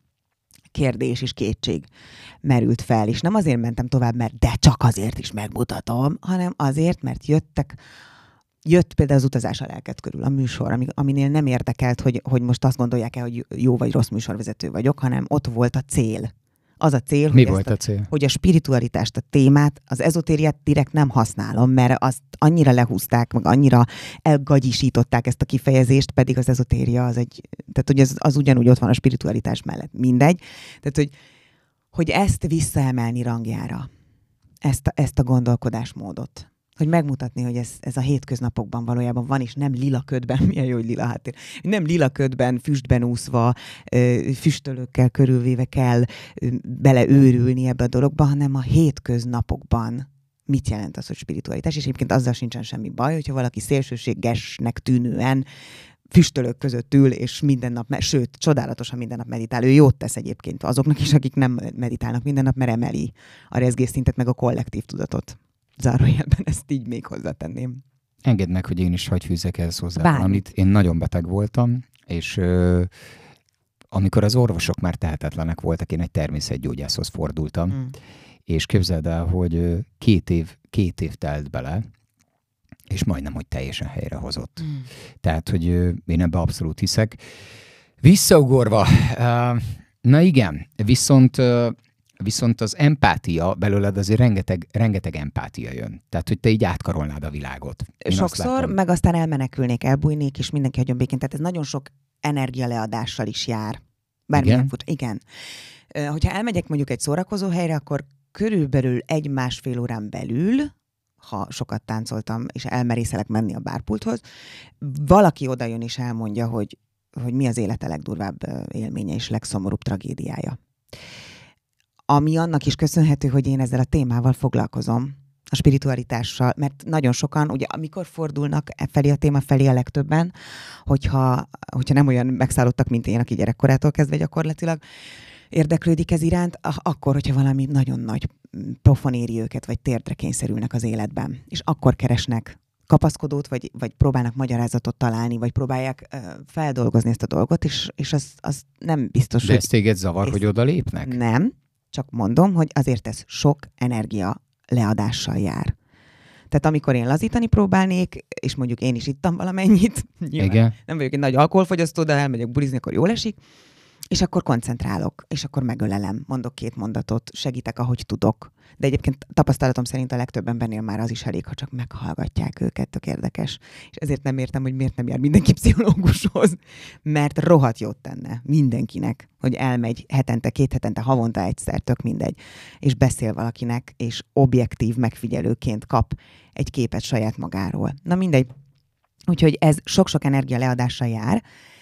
kérdés és kétség merült fel, és nem azért mentem tovább, mert de csak azért is megmutatom, hanem azért, mert jöttek Jött például az utazás a lelked körül, a műsor, ami, aminél nem érdekelt, hogy, hogy most azt gondolják-e, hogy jó vagy rossz műsorvezető vagyok, hanem ott volt a cél. Az a cél, Mi hogy, volt a, a cél? hogy a spiritualitást, a témát, az ezotériát direkt nem használom, mert azt annyira lehúzták, meg annyira elgagyisították ezt a kifejezést, pedig az ezotéria az egy, tehát hogy az, az ugyanúgy ott van a spiritualitás mellett. Mindegy. Tehát, hogy, hogy ezt visszaemelni rangjára, ezt a, ezt a gondolkodásmódot. Hogy megmutatni, hogy ez, ez a hétköznapokban valójában van, és nem lila ködben, milyen jó, hogy lila háttér, nem lila ködben, füstben úszva, füstölőkkel körülvéve kell beleőrülni ebbe a dologba, hanem a hétköznapokban mit jelent az, hogy spiritualitás, és egyébként azzal sincsen semmi baj, hogyha valaki szélsőségesnek tűnően füstölők között ül, és minden nap, sőt, csodálatosan minden nap meditál. Ő jót tesz egyébként azoknak is, akik nem meditálnak minden nap, mert emeli a rezgésszintet, meg a kollektív tudatot. Zárójelben ezt így még hozzátenném. Engedd meg, hogy én is hagy fűzzek ehhez hozzá Bármi. valamit. Én nagyon beteg voltam, és ö, amikor az orvosok már tehetetlenek voltak, én egy természetgyógyászhoz fordultam, mm. és képzeld el, hogy két év, két év telt bele, és majdnem, hogy teljesen helyrehozott. Mm. Tehát, hogy ö, én ebbe abszolút hiszek. Visszaugorva, uh, na igen, viszont... Uh, Viszont az empátia belőled azért rengeteg, rengeteg empátia jön. Tehát, hogy te így átkarolnád a világot. Én sokszor, meg aztán elmenekülnék, elbújnék, és mindenki hagyjon békén. Tehát ez nagyon sok energialeadással is jár. Bármilyen fut. Igen. Hogyha elmegyek mondjuk egy szórakozó helyre, akkor körülbelül egy-másfél órán belül, ha sokat táncoltam, és elmerészelek menni a bárpulthoz, valaki oda jön és elmondja, hogy, hogy mi az élete legdurvább élménye és legszomorúbb tragédiája. Ami annak is köszönhető, hogy én ezzel a témával foglalkozom, a spiritualitással, mert nagyon sokan, ugye amikor fordulnak e felé a téma felé a legtöbben, hogyha, hogyha nem olyan megszállottak, mint én, aki gyerekkorától kezdve gyakorlatilag érdeklődik ez iránt, akkor, hogyha valami nagyon nagy pofon éri őket, vagy térdre kényszerülnek az életben. És akkor keresnek kapaszkodót, vagy, vagy próbálnak magyarázatot találni, vagy próbálják uh, feldolgozni ezt a dolgot, és, és az, az nem biztos, De hogy... ez téged zavar, hogy oda lépnek? Nem, csak mondom, hogy azért ez sok energia leadással jár. Tehát amikor én lazítani próbálnék, és mondjuk én is ittam valamennyit, Igen. nem vagyok egy nagy alkoholfogyasztó, de elmegyek bulizni, akkor jól esik, és akkor koncentrálok, és akkor megölelem, mondok két mondatot, segítek, ahogy tudok. De egyébként tapasztalatom szerint a legtöbb embernél már az is elég, ha csak meghallgatják őket, tök érdekes. És ezért nem értem, hogy miért nem jár mindenki pszichológushoz, mert rohadt jót tenne mindenkinek, hogy elmegy hetente, két hetente, havonta egyszer, tök mindegy, és beszél valakinek, és objektív megfigyelőként kap egy képet saját magáról. Na mindegy. Úgyhogy ez sok-sok energia leadással jár,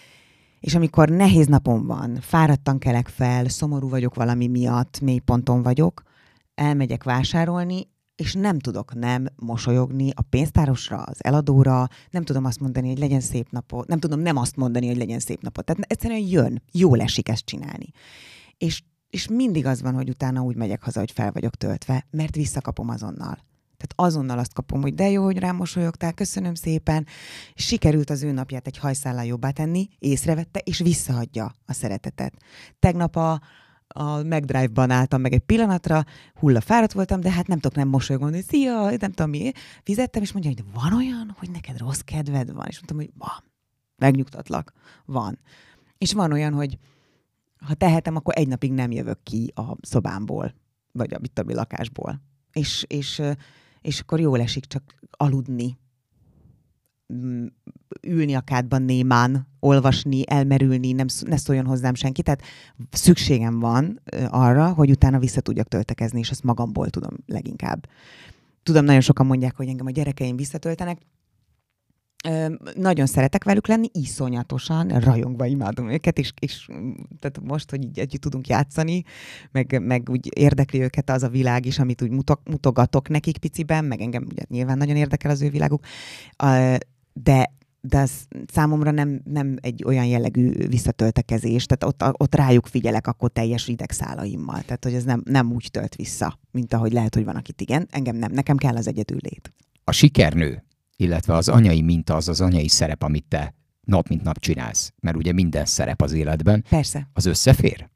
és amikor nehéz napom van, fáradtan kelek fel, szomorú vagyok valami miatt, mélyponton vagyok, elmegyek vásárolni, és nem tudok nem mosolyogni a pénztárosra, az eladóra, nem tudom azt mondani, hogy legyen szép napot, nem tudom nem azt mondani, hogy legyen szép napot. Tehát egyszerűen jön, jól esik ezt csinálni. És, és mindig az van, hogy utána úgy megyek haza, hogy fel vagyok töltve, mert visszakapom azonnal. Tehát azonnal azt kapom, hogy de jó, hogy rám mosolyogtál, köszönöm szépen. Sikerült az ő napját egy hajszállal jobbá tenni, észrevette, és visszaadja a szeretetet. Tegnap a, a McDrive-ban álltam meg egy pillanatra, hulla fáradt voltam, de hát nem tudok nem mosolygni, szia, nem tudom mi. Fizettem, és mondja, hogy van olyan, hogy neked rossz kedved van? És mondtam, hogy van. Megnyugtatlak. Van. És van olyan, hogy ha tehetem, akkor egy napig nem jövök ki a szobámból, vagy a bittabi lakásból. És, és és akkor jól esik csak aludni, ülni a kádban némán, olvasni, elmerülni, nem, ne szóljon hozzám senki. Tehát szükségem van arra, hogy utána vissza tudjak töltekezni, és azt magamból tudom leginkább. Tudom, nagyon sokan mondják, hogy engem a gyerekeim visszatöltenek. Nagyon szeretek velük lenni, iszonyatosan, rajongva imádom őket, és, és tehát most, hogy így együtt tudunk játszani, meg, meg úgy érdekli őket az a világ is, amit úgy mutogatok nekik piciben, meg engem ugye nyilván nagyon érdekel az ő világuk, de, de az számomra nem, nem egy olyan jellegű visszatöltekezés, tehát ott, ott rájuk figyelek akkor teljes idegszálaimmal, tehát hogy ez nem, nem úgy tölt vissza, mint ahogy lehet, hogy van, akit igen, engem nem, nekem kell az egyedüllét. A sikernő, illetve az anyai minta, az az anyai szerep, amit te nap mint nap csinálsz. Mert ugye minden szerep az életben. Persze. Az összefér?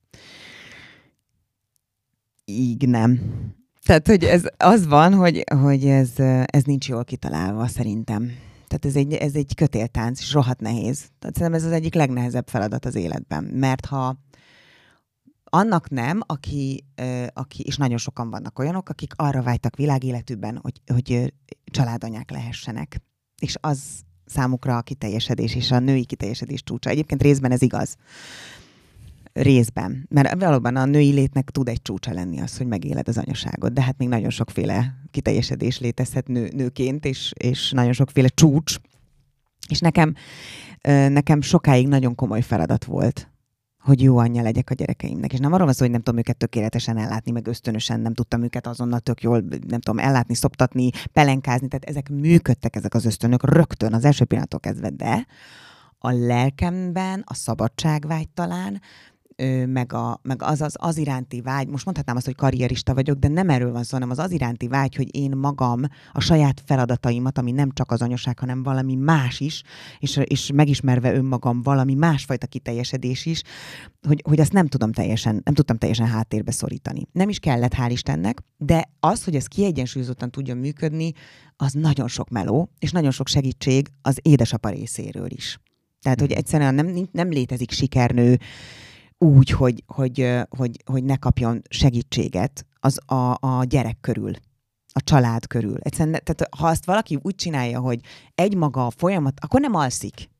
Így nem. Tehát, hogy ez az van, hogy, hogy ez, ez nincs jól kitalálva szerintem. Tehát ez egy, ez egy kötéltánc, és rohadt nehéz. Tehát szerintem ez az egyik legnehezebb feladat az életben. Mert ha annak nem, aki, aki, és nagyon sokan vannak olyanok, akik arra vágytak világéletükben, hogy, hogy családanyák lehessenek. És az számukra a kiteljesedés és a női kiteljesedés csúcsa. Egyébként részben ez igaz. Részben. Mert valóban a női létnek tud egy csúcsa lenni az, hogy megéled az anyaságot. De hát még nagyon sokféle kiteljesedés létezhet nő, nőként, és, és nagyon sokféle csúcs. És nekem, nekem sokáig nagyon komoly feladat volt, hogy jó anyja legyek a gyerekeimnek. És nem arról van szó, hogy nem tudom őket tökéletesen ellátni, meg ösztönösen nem tudtam őket azonnal tök jól, nem tudom, ellátni, szoptatni, pelenkázni. Tehát ezek működtek, ezek az ösztönök rögtön az első pillanattól kezdve, de a lelkemben a szabadságvágy talán, meg, a, meg az, az az iránti vágy, most mondhatnám azt, hogy karrierista vagyok, de nem erről van szó, hanem az az iránti vágy, hogy én magam a saját feladataimat, ami nem csak az anyaság, hanem valami más is, és, és megismerve önmagam valami másfajta kiteljesedés is, hogy, hogy azt nem tudom teljesen, nem tudtam teljesen háttérbe szorítani. Nem is kellett, hál' Istennek, de az, hogy ez kiegyensúlyozottan tudjon működni, az nagyon sok meló, és nagyon sok segítség az édesapa részéről is. Tehát, hogy egyszerűen nem, nem létezik sikernő úgy, hogy, hogy, hogy, hogy ne kapjon segítséget az a, a gyerek körül, a család körül. Egyszerűen, tehát ha azt valaki úgy csinálja, hogy egymaga a folyamat, akkor nem alszik.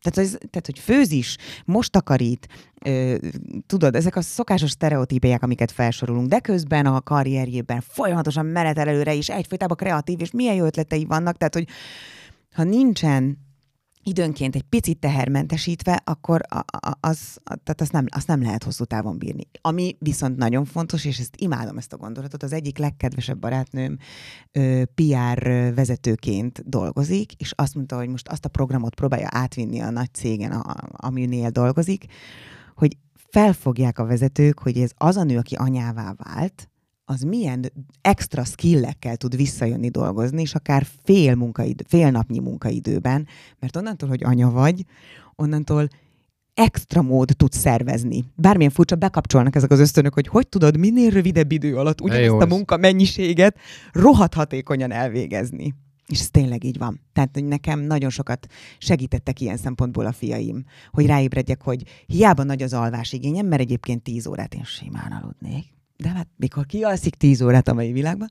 Tehát, az, tehát, hogy főz is, most takarít, ö, tudod, ezek a szokásos sztereotípiák, amiket felsorolunk, de közben a karrierjében folyamatosan menetel előre, és egyfolytában kreatív, és milyen jó ötletei vannak, tehát, hogy ha nincsen időnként egy picit tehermentesítve, akkor a, a, az, a, tehát azt, nem, azt nem lehet hosszú távon bírni. Ami viszont nagyon fontos, és ezt imádom ezt a gondolatot, az egyik legkedvesebb barátnőm ö, pé er vezetőként dolgozik, és azt mondta, hogy most azt a programot próbálja átvinni a nagy cégen, a, aminél dolgozik, hogy felfogják a vezetők, hogy ez az a nő, aki anyává vált, az milyen extra skillekkel tud visszajönni dolgozni, és akár fél, munkaidő, fél napnyi munkaidőben, mert onnantól, hogy anya vagy, onnantól extra mód tudsz szervezni. Bármilyen furcsa, bekapcsolnak ezek az ösztönök, hogy hogy tudod minél rövidebb idő alatt ugyanezt a munka mennyiséget rohadt hatékonyan elvégezni. És ez tényleg így van. Tehát, hogy nekem nagyon sokat segítettek ilyen szempontból a fiaim, hogy ráébredjek, hogy hiába nagy az alvásigényem, mert egyébként tíz órát én simán aludnék. De hát mikor kialszik tíz órát a mai világban,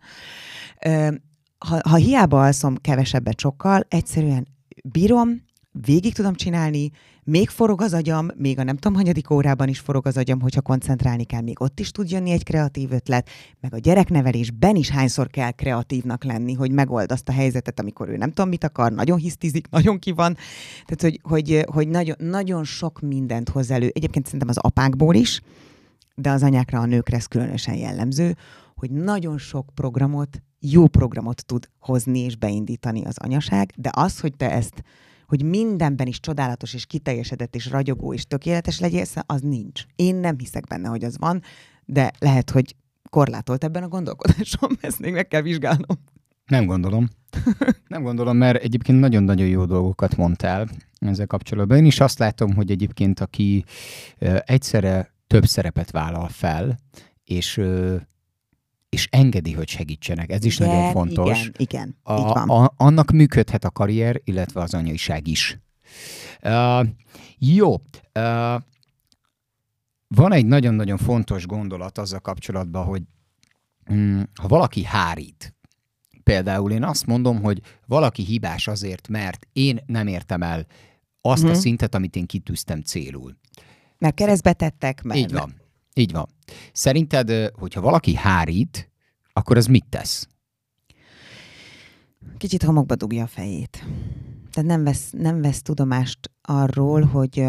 ha, ha hiába alszom kevesebbet sokkal, egyszerűen bírom, végig tudom csinálni, még forog az agyam, még a nem tudom, hanyadik órában is forog az agyam, hogyha koncentrálni kell, még ott is tud jönni egy kreatív ötlet, meg a gyereknevelésben is hányszor kell kreatívnak lenni, hogy megold azt a helyzetet, amikor ő nem tudom, mit akar, nagyon hisztizik, nagyon ki van. Tehát, hogy, hogy, hogy nagyon, nagyon sok mindent hoz elő. Egyébként szerintem az apákból is, de az anyákra, a nőkre ez különösen jellemző, hogy nagyon sok programot, jó programot tud hozni és beindítani az anyaság, de az, hogy te ezt, hogy mindenben is csodálatos és kiteljesedett és ragyogó és tökéletes legyél, az nincs. Én nem hiszek benne, hogy az van, de lehet, hogy korlátolt ebben a gondolkodásom, ezt még meg kell vizsgálnom. Nem gondolom. Nem gondolom, mert egyébként nagyon-nagyon jó dolgokat mondtál ezzel kapcsolatban. Én is azt látom, hogy egyébként aki egyszerre több szerepet vállal fel, és, és engedi, hogy segítsenek. Ez is igen, nagyon fontos. Igen, igen. A, így van. A, annak működhet a karrier, illetve az anyaiság is. Uh, jó. Uh, van egy nagyon-nagyon fontos gondolat azzal kapcsolatban, hogy um, ha valaki hárít, például én azt mondom, hogy valaki hibás azért, mert én nem értem el azt uh-huh. a szintet, amit én kitűztem célul. Mert keresztbe tettek meg. Így van. Így van. Szerinted, hogyha valaki hárít, akkor az mit tesz? Kicsit homokba dugja a fejét. Tehát nem vesz, nem vesz tudomást arról, hogy,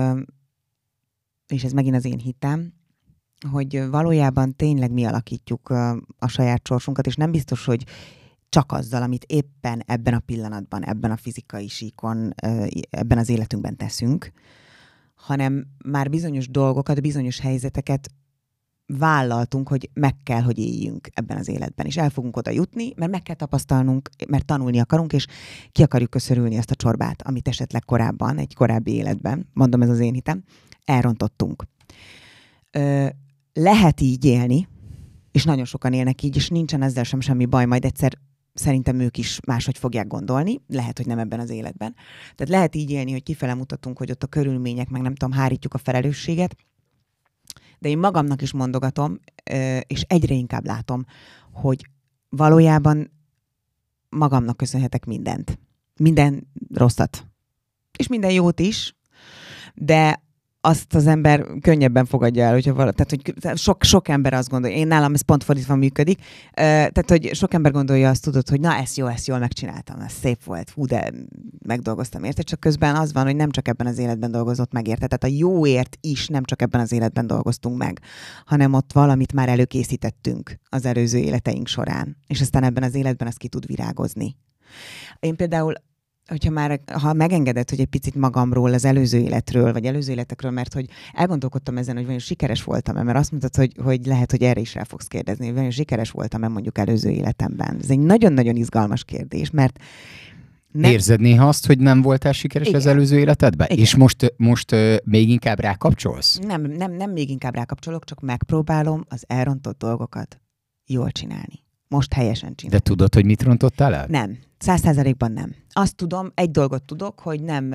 és ez megint az én hitem, hogy valójában tényleg mi alakítjuk a saját sorsunkat, és nem biztos, hogy csak azzal, amit éppen ebben a pillanatban, ebben a fizikai síkon, ebben az életünkben teszünk, hanem már bizonyos dolgokat, bizonyos helyzeteket vállaltunk, hogy meg kell, hogy éljünk ebben az életben. És el fogunk oda jutni, mert meg kell tapasztalnunk, mert tanulni akarunk, és ki akarjuk köszörülni azt a csorbát, amit esetleg korábban, egy korábbi életben, mondom, ez az én hitem, elrontottunk. Ö, lehet így élni, és nagyon sokan élnek így, és nincsen ezzel sem semmi baj, majd egyszer szerintem ők is máshogy fogják gondolni, lehet, hogy nem ebben az életben. Tehát lehet így élni, hogy kifele mutatunk, hogy ott a körülmények, meg nem tudom, hárítjuk a felelősséget, de én magamnak is mondogatom, és egyre inkább látom, hogy valójában magamnak köszönhetek mindent. Minden rosszat. És minden jót is, de azt az ember könnyebben fogadja el, hogyha valami. Tehát, hogy sok, sok ember azt gondolja, én nálam ez pont fordítva működik, tehát, hogy sok ember gondolja azt, tudod, hogy na, ezt jó, ezt jól megcsináltam, ez szép volt, hú, de megdolgoztam érte, csak közben az van, hogy nem csak ebben az életben dolgozott meg érte, tehát a jóért is nem csak ebben az életben dolgoztunk meg, hanem ott valamit már előkészítettünk az előző életeink során, és aztán ebben az életben az ki tud virágozni. Én például hogyha már, ha megengedett, hogy egy picit magamról, az előző életről, vagy előző életekről, mert hogy elgondolkodtam ezen, hogy vajon sikeres voltam-e, mert azt mondtad, hogy, hogy lehet, hogy erre is rá fogsz kérdezni, hogy vajon sikeres voltam-e mondjuk előző életemben. Ez egy nagyon-nagyon izgalmas kérdés, mert nem... Érzed néha azt, hogy nem voltál sikeres igen. az előző életedben? Igen. És most, most uh, még inkább rákapcsolsz? Nem, nem, nem még inkább rákapcsolok, csak megpróbálom az elrontott dolgokat jól csinálni. Most helyesen csinálni. De tudod, hogy mit rontottál el? Nem. Száz százalékban nem. Azt tudom, egy dolgot tudok, hogy nem,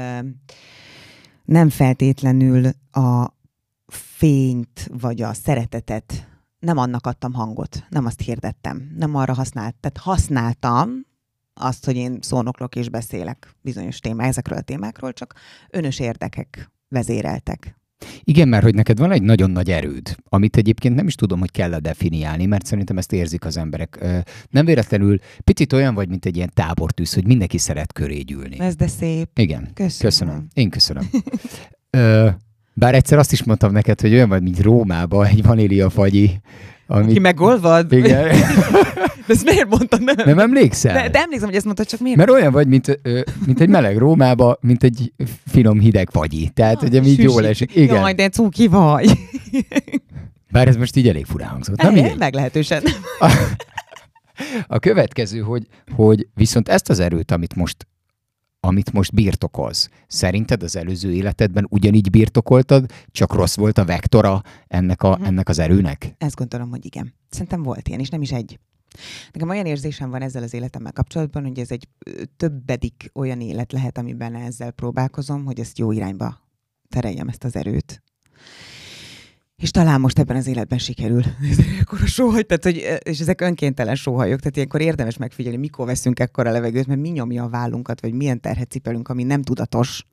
nem feltétlenül a fényt vagy a szeretetet, nem annak adtam hangot, nem azt hirdettem, nem arra használt. Tehát használtam azt, hogy én szónoklok és beszélek bizonyos témák, ezekről a témákról, csak önös érdekek vezéreltek. Igen, mert hogy neked van egy nagyon nagy erőd, amit egyébként nem is tudom, hogy kell-e definiálni, mert szerintem ezt érzik az emberek. Nem véletlenül picit olyan vagy, mint egy ilyen tábortűz, hogy mindenki szeret köré gyűlni. Ez de szép. Igen. Köszönöm. Köszönöm. Én köszönöm. Ö, bár egyszer azt is mondtam neked, hogy olyan vagy, mint Rómába, egy vaníliafagyi. Amit... Ki megolvad? Igen. De ezt miért mondtad? Nem, nem emlékszel? De, de emlékszem, hogy ezt mondtad, csak miért? Mert olyan vagy, mint, ö, mint egy meleg Rómába, mint egy finom hideg fagyi. Tehát, hogy így jól esik. Igen. Jaj, de cuki vagy. Bár ez most így elég furán hangzott. Nem e, meglehetősen. A, a következő, hogy, hogy viszont ezt az erőt, amit most amit most birtokolsz, szerinted az előző életedben ugyanígy birtokoltad, csak rossz volt a vektora ennek, a, uh-huh. ennek az erőnek? Ezt gondolom, hogy igen. Szerintem volt ilyen, és nem is egy. Nekem olyan érzésem van ezzel az életemmel kapcsolatban, hogy ez egy többedik olyan élet lehet, amiben ezzel próbálkozom, hogy ezt jó irányba tereljem, ezt az erőt. És talán most ebben az életben sikerül. Ez ekkora sóhaj, tehát, hogy, és ezek önkéntelen sóhajok, tehát ilyenkor érdemes megfigyelni, mikor veszünk ekkora levegőt, mert mi nyomja a vállunkat, vagy milyen terhet cipelünk, ami nem tudatos.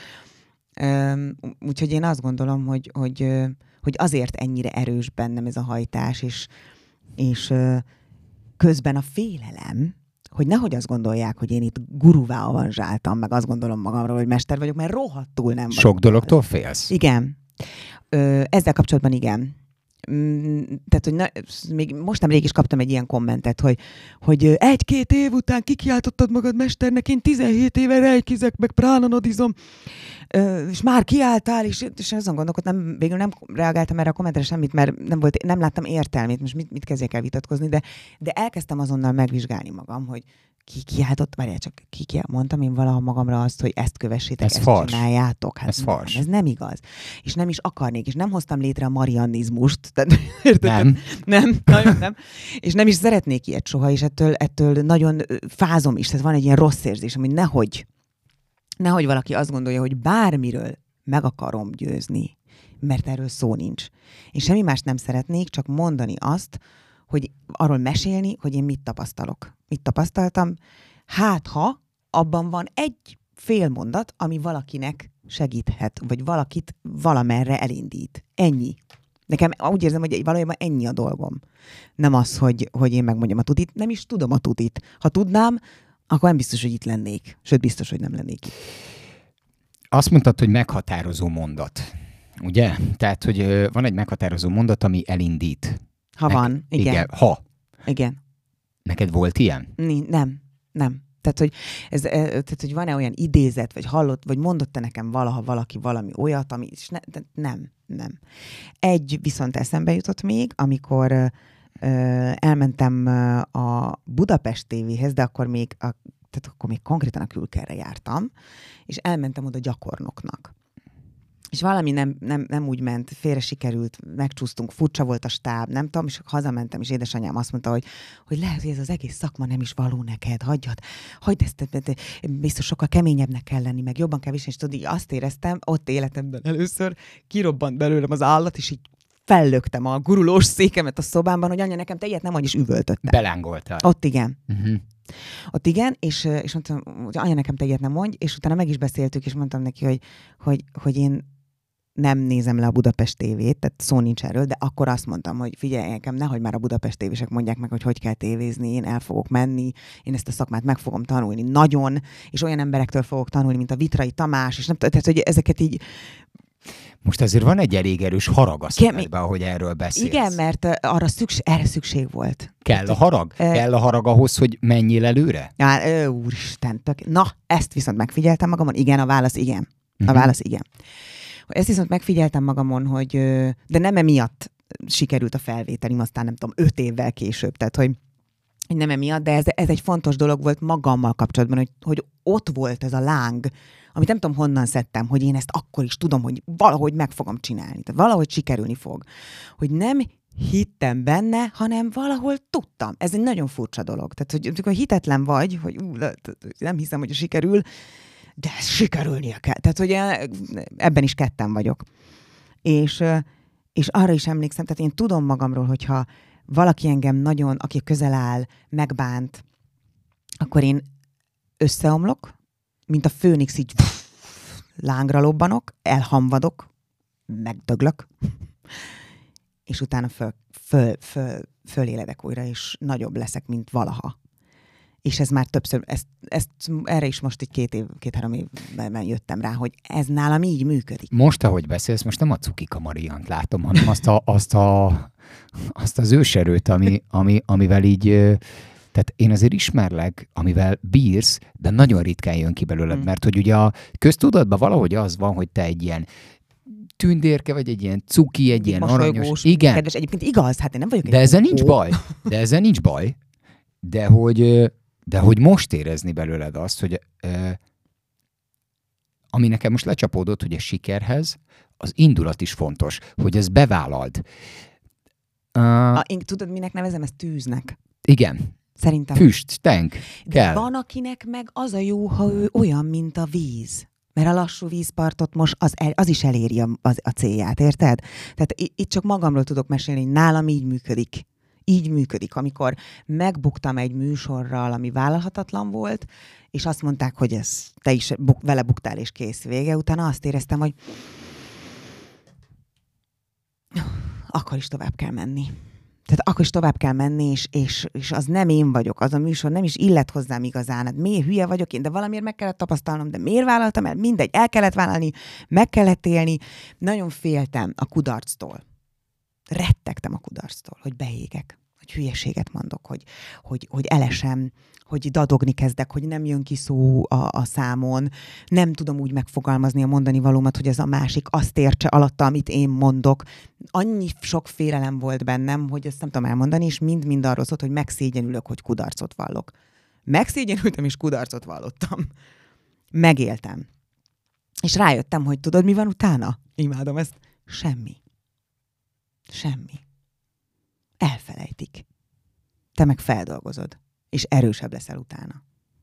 Úgyhogy én azt gondolom, hogy, hogy, hogy azért ennyire erős bennem ez a hajtás, és, és közben a félelem, hogy nehogy azt gondolják, hogy én itt guruvá avanzsáltam, meg azt gondolom magamról, hogy mester vagyok, mert rohadtul nem vagyok. Sok dologtól félsz? Igen. Ö, ezzel kapcsolatban igen. Mm, tehát, hogy na, még most nem rég is kaptam egy ilyen kommentet, hogy, hogy egy-két év után kikiáltottad magad mesternek, én tizenhét éve rejkizek, meg pránanadizom, és már kiálltál, és, és azon gondolkodtam, végül nem reagáltam erre a kommentre semmit, mert nem, volt, nem láttam értelmét, most mit, mit kezdjek el vitatkozni, de, de elkezdtem azonnal megvizsgálni magam, hogy ki kiáltott, várjál csak, ki kiáltott, mondtam én valaha magamra azt, hogy ezt kövessétek, ez ezt fars. Csináljátok. Hát ez nem, fars. Ez nem igaz. És nem is akarnék, és nem hoztam létre a mariannizmust. Tehát, érted? Nem. Nem, nagyon nem. És nem is szeretnék ilyet soha, és ettől, ettől nagyon fázom is. Tehát van egy ilyen rossz érzés, hogy nehogy, nehogy valaki azt gondolja, hogy bármiről meg akarom győzni, mert erről szó nincs. És semmi más nem szeretnék, csak mondani azt, hogy arról mesélni, hogy én mit tapasztalok. Mit tapasztaltam? Hát, ha abban van egy fél mondat, ami valakinek segíthet, vagy valakit valamerre elindít. Ennyi. Nekem úgy érzem, hogy valójában ennyi a dolgom. Nem az, hogy, hogy én megmondjam a tutit, nem is tudom a tutit. Ha tudnám, akkor nem biztos, hogy itt lennék. Sőt, biztos, hogy nem lennék itt. Azt mondtad, hogy meghatározó mondat. Ugye? Tehát, hogy van egy meghatározó mondat, ami elindít. Ha Nek- van, igen. igen. Ha. Igen. Neked volt ilyen? Nem, nem. Tehát, hogy, ez, tehát, hogy van-e olyan idézet, vagy hallott, vagy mondott-e nekem valaha valaki valami olyat, ami... És ne, nem, nem. Egy viszont eszembe jutott még, amikor ö, elmentem a Budapest tévéhez, de akkor még, a, tehát akkor még konkrétan a Külkerre jártam, és elmentem oda gyakornoknak. És valami nem, nem, nem úgy ment, félre sikerült, megcsúsztunk, furcsa volt a stáb, nem tudom, és hazamentem, és édesanyám azt mondta, hogy, hogy lehet, hogy ez az egész szakma nem is való neked, hagyjad, hagyd ezt, biztos sokkal keményebbnek kell lenni, meg jobban kell viselni, és tudod, így azt éreztem, ott életemben először kirobbant belőlem az állat, és így fellöktem a gurulós székemet a szobámban, hogy anya, nekem te ilyet nem vagy, és üvöltöttem. Belángoltál. Ott igen. Uh-huh. Ott igen, és, és mondtam, hogy anya, nekem te ilyet nem mondj, és utána meg is beszéltük, és mondtam neki, hogy, hogy, hogy én nem nézem le a Budapest tévét, tehát szó nincs erről, de akkor azt mondtam, hogy figyelj, nekem nehogy már a Budapest tévések mondják meg, hogy hogy kell tévézni, én el fogok menni, én ezt a szakmát meg fogom tanulni nagyon, és olyan emberektől fogok tanulni, mint a Vitrai Tamás, és nem tehát, hogy ezeket így... Most azért van egy elég erős harag a szemedben, ahogy erről beszélsz. Igen, mert arra szükség, erre szükség volt. Kell a harag? E... Kell a harag ahhoz, hogy menjél előre? Já, ö, úristen, tök... Na, ezt viszont megfigyeltem magamon. Igen, a válasz igen. A uh-huh. válasz igen. Ezt viszont megfigyeltem magamon, hogy de nem emiatt sikerült a felvételim, aztán nem tudom, öt évvel később, tehát hogy, hogy nem emiatt, de ez, ez egy fontos dolog volt magammal kapcsolatban, hogy, hogy ott volt ez a láng, amit nem tudom honnan szedtem, hogy én ezt akkor is tudom, hogy valahogy meg fogom csinálni, tehát valahogy sikerülni fog. Hogy nem hittem benne, hanem valahol tudtam. Ez egy nagyon furcsa dolog. Tehát, hogy amikor hitetlen vagy, hogy ú, nem hiszem, hogy sikerül, de ez sikerülnie kell. Tehát, hogy ebben is ketten vagyok. És, és arra is emlékszem, tehát én tudom magamról, hogyha valaki engem nagyon, aki közel áll, megbánt, akkor én összeomlok, mint a főnix, így lángra lobbanok, elhamvadok, megdöglök, és utána föl, föl, föl, föléledek újra, és nagyobb leszek, mint valaha. És ez már többször, ezt, ezt, erre is most így két év, két-három évben jöttem rá, hogy ez nálam így működik. Most, ahogy beszélsz, most nem a Cukika Mariant látom, hanem azt, a, azt, a, azt az őserőt, ami, ami, amivel így, tehát én azért ismerlek, amivel bírsz, de nagyon ritkán jön ki belőled, hmm. mert hogy ugye a köztudatban valahogy az van, hogy te egy ilyen tündérke, vagy egy ilyen cuki, egy ilyen aranyos. Igen. Kedves, egyébként igaz, hát én nem vagyok egy de ezzel nincs baj. De ezzel nincs baj. De hogy, de hogy most érezni belőled azt, hogy eh, ami nekem most lecsapódott, hogy a sikerhez az indulat is fontos, hogy ezt bevállald. Uh, a, én, tudod, minek nevezem? Ezt tűznek. Igen. Szerintem. Füst, tank. De kell. Van, akinek meg az a jó, ha ő olyan, mint a víz. Mert a lassú vízpartot most az, el, az is eléri a, az, a célját, érted? Tehát itt csak magamról tudok mesélni, hogy nálam így működik. Így működik, amikor megbuktam egy műsorral, ami vállalhatatlan volt, és azt mondták, hogy ez, te is buk, vele buktál és kész vége. Utána azt éreztem, hogy akkor is tovább kell menni. Tehát akkor is tovább kell menni, és, és, és az nem én vagyok, az a műsor nem is illet hozzám igazán. Hát miért hülye vagyok én, de valamiért meg kellett tapasztalnom, de miért vállaltam el? Mindegy, el kellett vállalni, meg kellett élni. Nagyon féltem a kudarctól. Rettegtem a kudarctól, hogy beégek, hogy hülyeséget mondok, hogy, hogy, hogy elesem, hogy dadogni kezdek, hogy nem jön ki szó a, a számon, nem tudom úgy megfogalmazni a mondani valómat, hogy az a másik azt értse alatta, amit én mondok. Annyi sok félelem volt bennem, hogy ezt nem tudom elmondani, és mind-mind arról szólt, hogy megszégyenülök, hogy kudarcot vallok. Megszégyenültem, és kudarcot vallottam. Megéltem. És rájöttem, hogy tudod, mi van utána? Imádom ezt. Semmi. Semmi. Elfelejtik. Te meg feldolgozod, és erősebb leszel utána.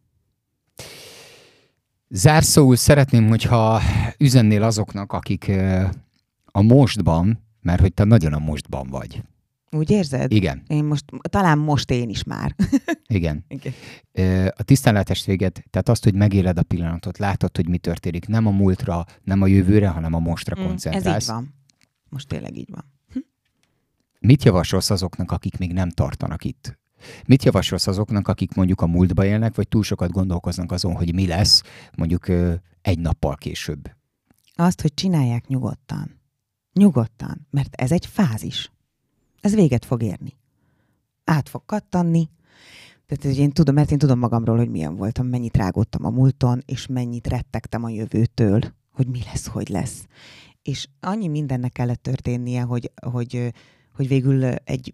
Zárszóul szeretném, hogyha üzennél azoknak, akik a mostban, mert hogy te nagyon a mostban vagy. Úgy érzed? Igen. Én most, talán most én is már. Igen. Okay. A tisztánlátást véged, tehát azt, hogy megéled a pillanatot, látod, hogy mi történik, nem a múltra, nem a jövőre, hanem a mostra mm, koncentrálsz. Ez így van. Most tényleg így van. Hm? Mit javasolsz azoknak, akik még nem tartanak itt? Mit javasolsz azoknak, akik mondjuk a múltba élnek, vagy túl sokat gondolkoznak azon, hogy mi lesz mondjuk egy nappal később? Azt, hogy csinálják nyugodtan. Nyugodtan, mert ez egy fázis. Ez véget fog érni. Át fog kattanni. Tehát én tudom, mert én tudom magamról, hogy milyen voltam, mennyit rágódtam a múlton, és mennyit rettegtem a jövőtől, hogy mi lesz, hogy lesz. És annyi mindennek kellett történnie, hogy, hogy, hogy végül egy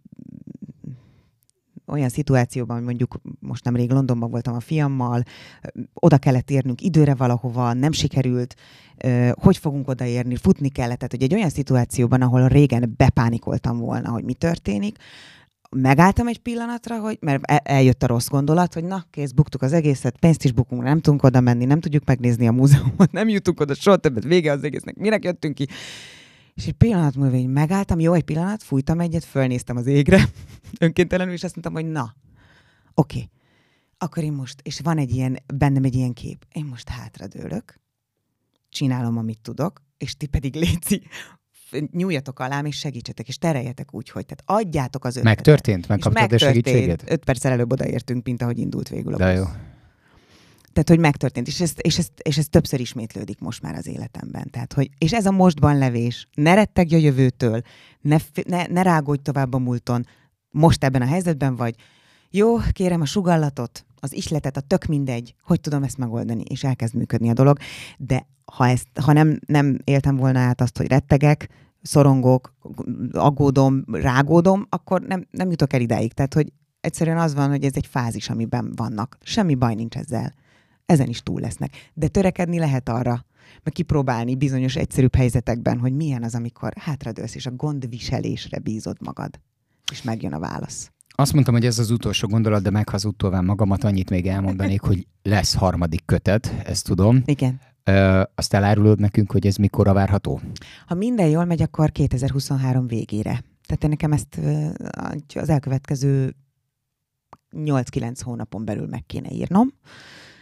olyan szituációban, hogy mondjuk most nemrég Londonban voltam a fiammal, oda kellett érnünk időre valahova, nem sikerült, hogy fogunk odaérni, futni kellett, tehát hogy egy olyan szituációban, ahol régen bepánikoltam volna, hogy mi történik, megálltam egy pillanatra, hogy, mert eljött a rossz gondolat, hogy na, kész, buktuk az egészet, pénzt is bukunk, nem tudunk oda menni, nem tudjuk megnézni a múzeumot, nem jutunk oda soha többet, vége az egésznek, minek jöttünk ki. És egy pillanat múlva így megálltam, jó, egy pillanat, fújtam egyet, fölnéztem az égre, önkéntelenül, és azt mondtam, hogy na, oké, okay. Akkor én most, és van egy ilyen, bennem egy ilyen kép, én most hátradőlök, csinálom, amit tudok, és ti pedig léci, nyúljatok alám, és segítsetek, és tereljetek úgy, hogy tehát adjátok az ötletet. Megtörtént? Megkaptad a segítséget? Öt perccel előbb odaértünk, mint ahogy indult végül a De jó. Tehát, hogy megtörtént, és ez, és, ez, és ez többször ismétlődik most már az életemben. Tehát, hogy, és ez a mostban levés. Ne rettegj a jövőtől, ne, ne, ne rágódj tovább a múlton. Most ebben a helyzetben vagy. Jó, kérem a sugallatot, az isletet, a tök mindegy, hogy tudom ezt megoldani, és elkezd működni a dolog. De ha, ezt, ha nem, nem éltem volna át azt, hogy rettegek, szorongok, aggódom, rágódom, akkor nem, nem jutok el idáig. Tehát, hogy egyszerűen az van, hogy ez egy fázis, amiben vannak. Semmi baj nincs ezzel. Ezen is túl lesznek. De törekedni lehet arra, meg kipróbálni bizonyos egyszerűbb helyzetekben, hogy milyen az, amikor hátradőlsz, és a gondviselésre bízod magad. És megjön a válasz. Azt mondtam, hogy ez az utolsó gondolat, de meghazudtolván magamat, annyit még elmondanék, hogy lesz harmadik kötet, ezt tudom. Igen. Ö, azt elárulod nekünk, hogy ez mikorra várható? Ha minden jól megy, akkor kétezer-huszonhárom végére. Tehát nekem ezt az elkövetkező nyolc-kilenc hónapon belül meg kéne írnom.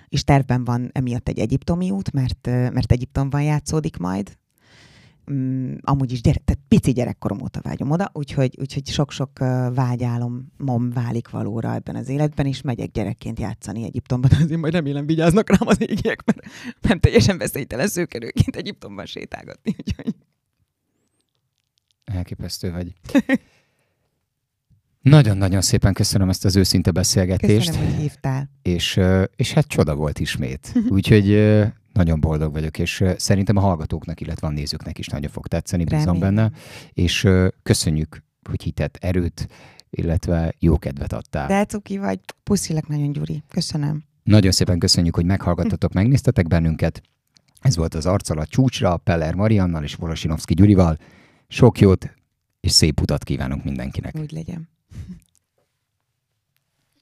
és tervben van emiatt egy egyiptomi út, mert, mert Egyiptomban játszódik majd. Um, amúgy is gyere, tehát pici gyerekkorom óta vágyom oda, úgyhogy, úgyhogy sok-sok uh, vágyálomom válik valóra ebben az életben, és megyek gyerekként játszani Egyiptomban. Azért majd remélem vigyáznak rám az égiek, mert nem teljesen veszélytelen szőkenőként Egyiptomban sétálgatni. Úgyhogy... Elképesztő vagy. Nagyon-nagyon szépen köszönöm ezt az őszinte beszélgetést. Köszönöm, hogy hívtál. És, és hát csoda volt ismét. Úgyhogy nagyon boldog vagyok, és szerintem a hallgatóknak, illetve a nézőknek is nagyon fog tetszeni, bízom benne. És köszönjük, hogy hitet, erőt, illetve jó kedvet adtál. De cuki vagy. Puszilek nagyon, Gyuri. Köszönöm. Nagyon szépen köszönjük, hogy meghallgattatok, megnéztetek bennünket. Ez volt az Arccal a csúcsra, Peller Mariannal és Volosinovszky Gyurival. Sok jót és szép utat kívánunk mindenkinek. Úgy legyen.